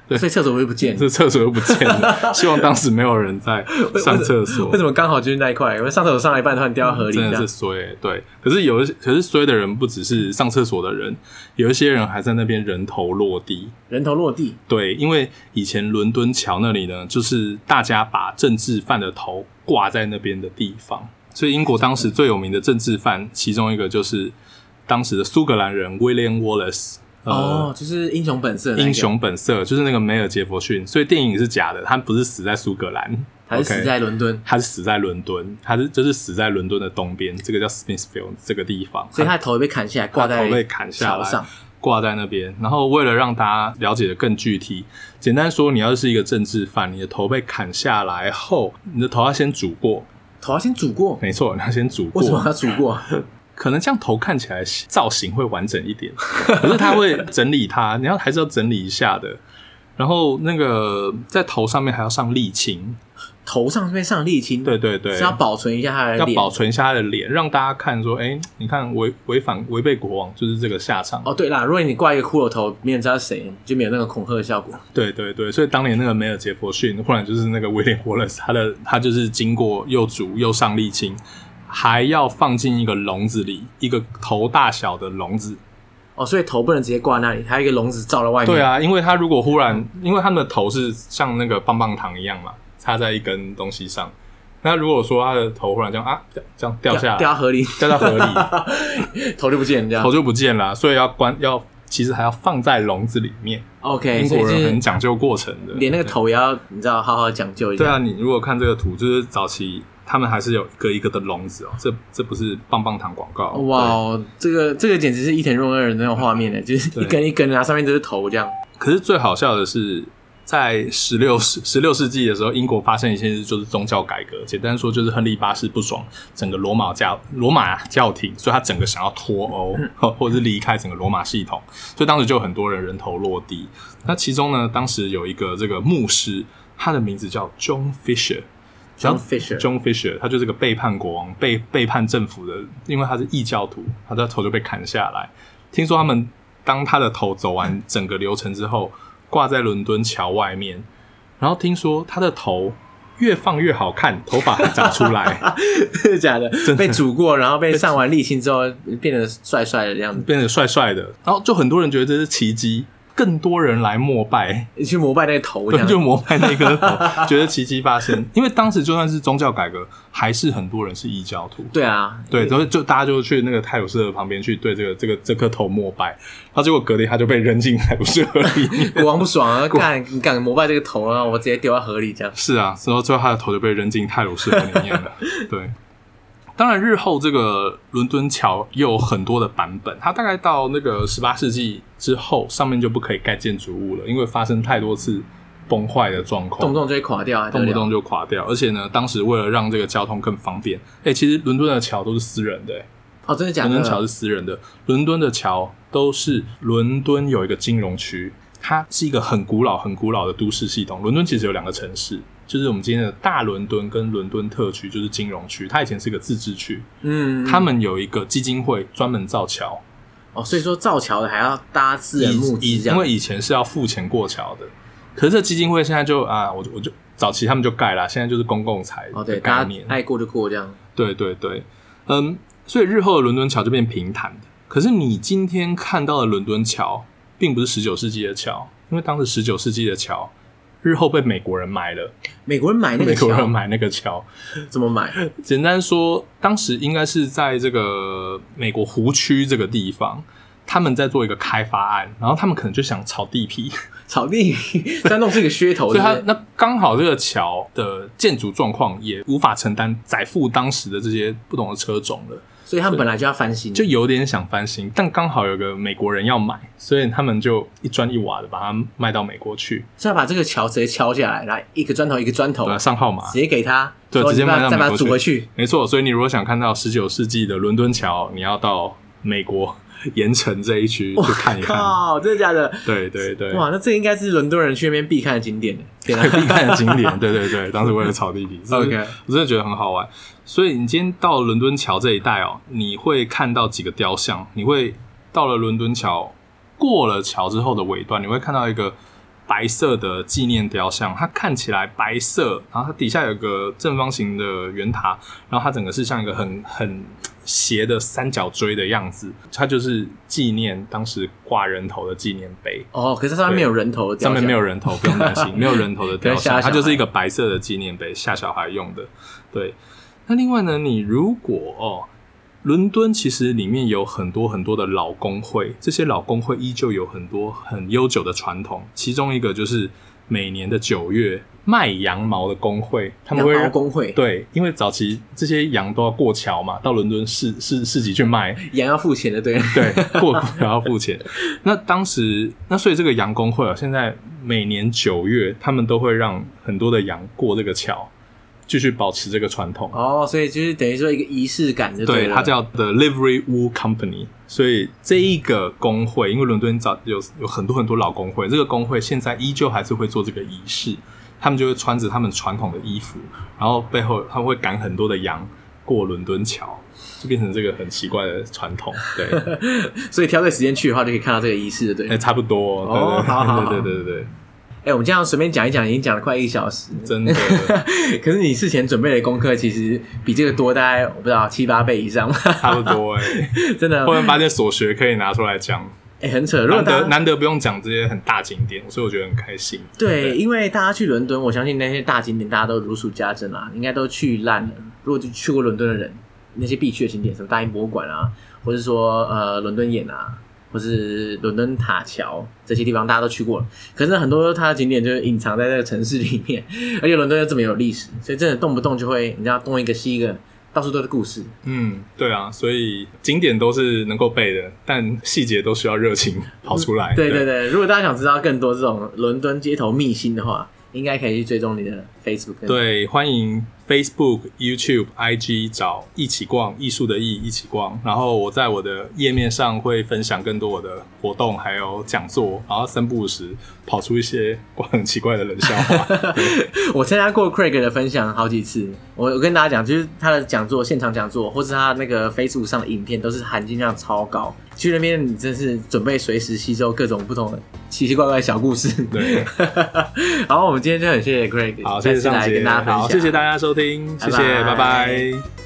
对，所以厕所会不见，
这厕所又不见了。希望当时没有人在上厕所。
为什么刚好就是那一块？因为上厕所上了一半，突然掉到河里，
真的是衰、欸。对，可是有，可是衰的人不只是上厕所的人，有一些人还在那边人头落地。
人头落地。
对，因为以前伦敦桥那里呢，就是大家把政治犯的头挂在那边的地方。所以英国当时最有名的政治犯，其中一个就是当时的苏格兰人 William Wallace。
呃、哦，就是英雄本色那个。
英雄本色就是那个梅尔杰佛逊，所以电影是假的，他不是死在苏格兰，
他是死在伦敦，
okay, 他是死在伦敦，他是就是死在伦敦的东边，这个叫 Smithfield 这个地方，
所以他的头被砍下来，挂在
头被砍下来，挂在那边。然后为了让大家了解的更具体，简单说，你要是一个政治犯，你的头被砍下来后，你的头要先煮过，
头要先煮过，
没错，你要先煮过。
为什么要煮过？
可能这样头看起来造型会完整一点，可是他会整理它，你要还是要整理一下的。然后那个在头上面还要上沥青，
头上面上沥青，
对对对，
是要保存一下他的脸，
要保存一下他的脸，让大家看说，哎，你看违违反违背国王就是这个下场。
哦，对啦，如果你挂一个骷髅头，没人知道谁，就没有那个恐吓的效果。
对对对，所以当年那个梅尔杰佛逊，或者就是那个威廉沃勒斯，他的他就是经过又煮又上沥青。还要放进一个笼子里，一个头大小的笼子。
哦，所以头不能直接挂那里，还有一个笼子罩在外面。
对啊，因为他如果忽然，因为他们的头是像那个棒棒糖一样嘛，插在一根东西上。那如果说他的头忽然这样啊，这样掉下来，
掉到河里，
掉到河里，
头就不见了，这样
头就不见了，所以要关要，其实还要放在笼子里面。
OK，
英国人很讲究过程的，
连那个头也要你知道好好讲究一下。
对啊，你如果看这个图，就是早期。他们还是有一个一个的笼子哦，这这不是棒棒糖广告。
哇，这个这个简直是伊藤润二的那种画面呢，就是一根一根，然后上面都是头这样。
可是最好笑的是，在十六世十六世纪的时候，英国发生一件事，就是宗教改革。简单说，就是亨利八世不爽整个罗马教罗马教廷，所以他整个想要脱欧，或者是离开整个罗马系统，所以当时就有很多人人头落地。那其中呢，当时有一个这个牧师，他的名字叫 John Fisher。John
Fisher，John
Fisher， 他就是个背叛国王、背背叛政府的，因为他是异教徒，他的头就被砍下来。听说他们当他的头走完整个流程之后，挂在伦敦桥外面，然后听说他的头越放越好看，头发还长出来，
真的假的？被煮过，然后被上完沥青之后，变得帅帅的这样子，
变得帅帅的，然后就很多人觉得这是奇迹。更多人来膜拜，
你去膜拜那个头，
对，就膜拜那个头，觉得奇迹发生。因为当时就算是宗教改革，还是很多人是异教徒。
对啊，
对，所以就大家就去那个泰晤士河旁边去对这个这个这颗头膜拜，然后结果隔天他就被扔进泰晤士河里面。
国王不爽啊，干你敢膜拜这个头啊，我直接丢到河里这样。
是啊，然后最后他的头就被扔进泰晤士河里面了。对。当然，日后这个伦敦桥也有很多的版本，它大概到那个十八世纪之后，上面就不可以盖建筑物了，因为发生太多次崩坏的状况，
动不动就会垮掉，
动不动就垮掉。而且呢，当时为了让这个交通更方便，哎、欸，其实伦敦的桥都是私人的、欸，
哦，真的假的？
伦敦桥是私人的，伦敦的桥都是伦敦有一个金融区，它是一个很古老、很古老的都市系统。伦敦其实有两个城市。就是我们今天的大伦敦跟伦敦特区，就是金融区，它以前是一个自治区。嗯，他们有一个基金会专门造桥。
哦，所以说造桥的还要搭私人募资这样，
因为以前是要付钱过桥的。可是这基金会现在就啊，我我就早期他们就盖了，现在就是公共财的概念，
哦、对，爱过就过这样。
对对对，嗯，所以日后的伦敦桥就变平坦的。可是你今天看到的伦敦桥，并不是十九世纪的桥，因为当时十九世纪的桥。日后被美国人买了，
美国人买那个桥，
美国人买那个桥，
怎么买？
简单说，当时应该是在这个美国湖区这个地方，他们在做一个开发案，然后他们可能就想炒地皮，
炒地皮，再弄出一个噱头，
所以他那刚好这个桥的建筑状况也无法承担载负当时的这些不同的车种了。
所以他们本来就要翻新，
就有点想翻新，但刚好有个美国人要买，所以他们就一砖一瓦的把它卖到美国去。
所以把这个桥直接敲下来，然后一个砖头一个砖头，
对，上号码，
直接给他，
对，直接卖到美国去，
再把它组回去。
没错，所以你如果想看到十九世纪的伦敦桥，你要到美国盐城这一区去看一看。
靠，真的假的？
对对对，
哇，那这应该是伦敦人去那边必看的景点，
必看的景点。对对对，当时为了炒地皮，OK， 我真的觉得很好玩。所以你今天到伦敦桥这一带哦，你会看到几个雕像。你会到了伦敦桥，过了桥之后的尾端，你会看到一个白色的纪念雕像，它看起来白色，然后它底下有个正方形的圆塔，然后它整个是像一个很很斜的三角锥的样子，它就是纪念当时挂人头的纪念碑。
哦，可是上面没有人头的雕像，
上面没有人头，不用担心，没有人头的雕像，它就是一个白色的纪念碑，吓小孩用的。对，那另外呢，你如果哦。伦敦其实里面有很多很多的老工会，这些老工会依旧有很多很悠久的传统，其中一个就是每年的九月卖羊毛的工会，他们会
羊毛工会，
对，因为早期这些羊都要过桥嘛，到伦敦市市市集去卖，
羊要付钱的，对
对，过桥要付钱。那当时，那所以这个羊工会啊，现在每年九月，他们都会让很多的羊过这个桥。继续保持这个传统
哦，所以就是等于说一个仪式感就对了。
对，它叫 The Livery Wool Company。所以这一个工会，因为伦敦早有有很多很多老工会，这个工会现在依旧还是会做这个仪式，他们就会穿着他们传统的衣服，然后背后他们会赶很多的羊过伦敦桥，就变成这个很奇怪的传统。对，
所以挑对时间去的话，就可以看到这个仪式，对，
欸、差不多。对对、
哦、好好好
对对对对对。
哎、欸，我们这样随便讲一讲，已经讲了快一小时，
真的。
可是你事前准备的功课其实比这个多，大概我不知道七八倍以上，
差不多哎、欸，
真的。
忽然发现所学可以拿出来讲，
哎、欸，很扯。如果
难得难得不用讲这些很大景点，所以我觉得很开心。
对，
对
因为大家去伦敦，我相信那些大景点大家都如数家珍啦，应该都去烂了。如果去过伦敦的人，那些必去的景点，什么大英博物馆啊，或是说呃伦敦眼啊。或是伦敦塔桥这些地方大家都去过了，可是很多它的景点就是隐藏在这个城市里面，而且伦敦又这么有历史，所以真的动不动就会你知道东一个西一个，到处都是故事。
嗯，对啊，所以景点都是能够背的，但细节都需要热情跑出来。
对对对，如果大家想知道更多这种伦敦街头秘辛的话，应该可以去追踪你的 Facebook。
对，欢迎 Facebook、YouTube、I G 找一起逛艺术的艺一起逛，然后我在我的页面上会分享更多我的活动还有讲座，然后三不五时跑出一些很奇怪的冷笑话。
我参加过 Craig 的分享好几次，我我跟大家讲，就是他的讲座、现场讲座，或是他那个 Facebook 上的影片，都是含金量超高。去那边你真是准备随时吸收各种不同的奇奇怪怪的小故事。
对，
好，我们今天就很谢谢 Craig，
好，谢谢上杰，
来跟大家分享，
好，谢谢大家收听，谢谢，拜拜。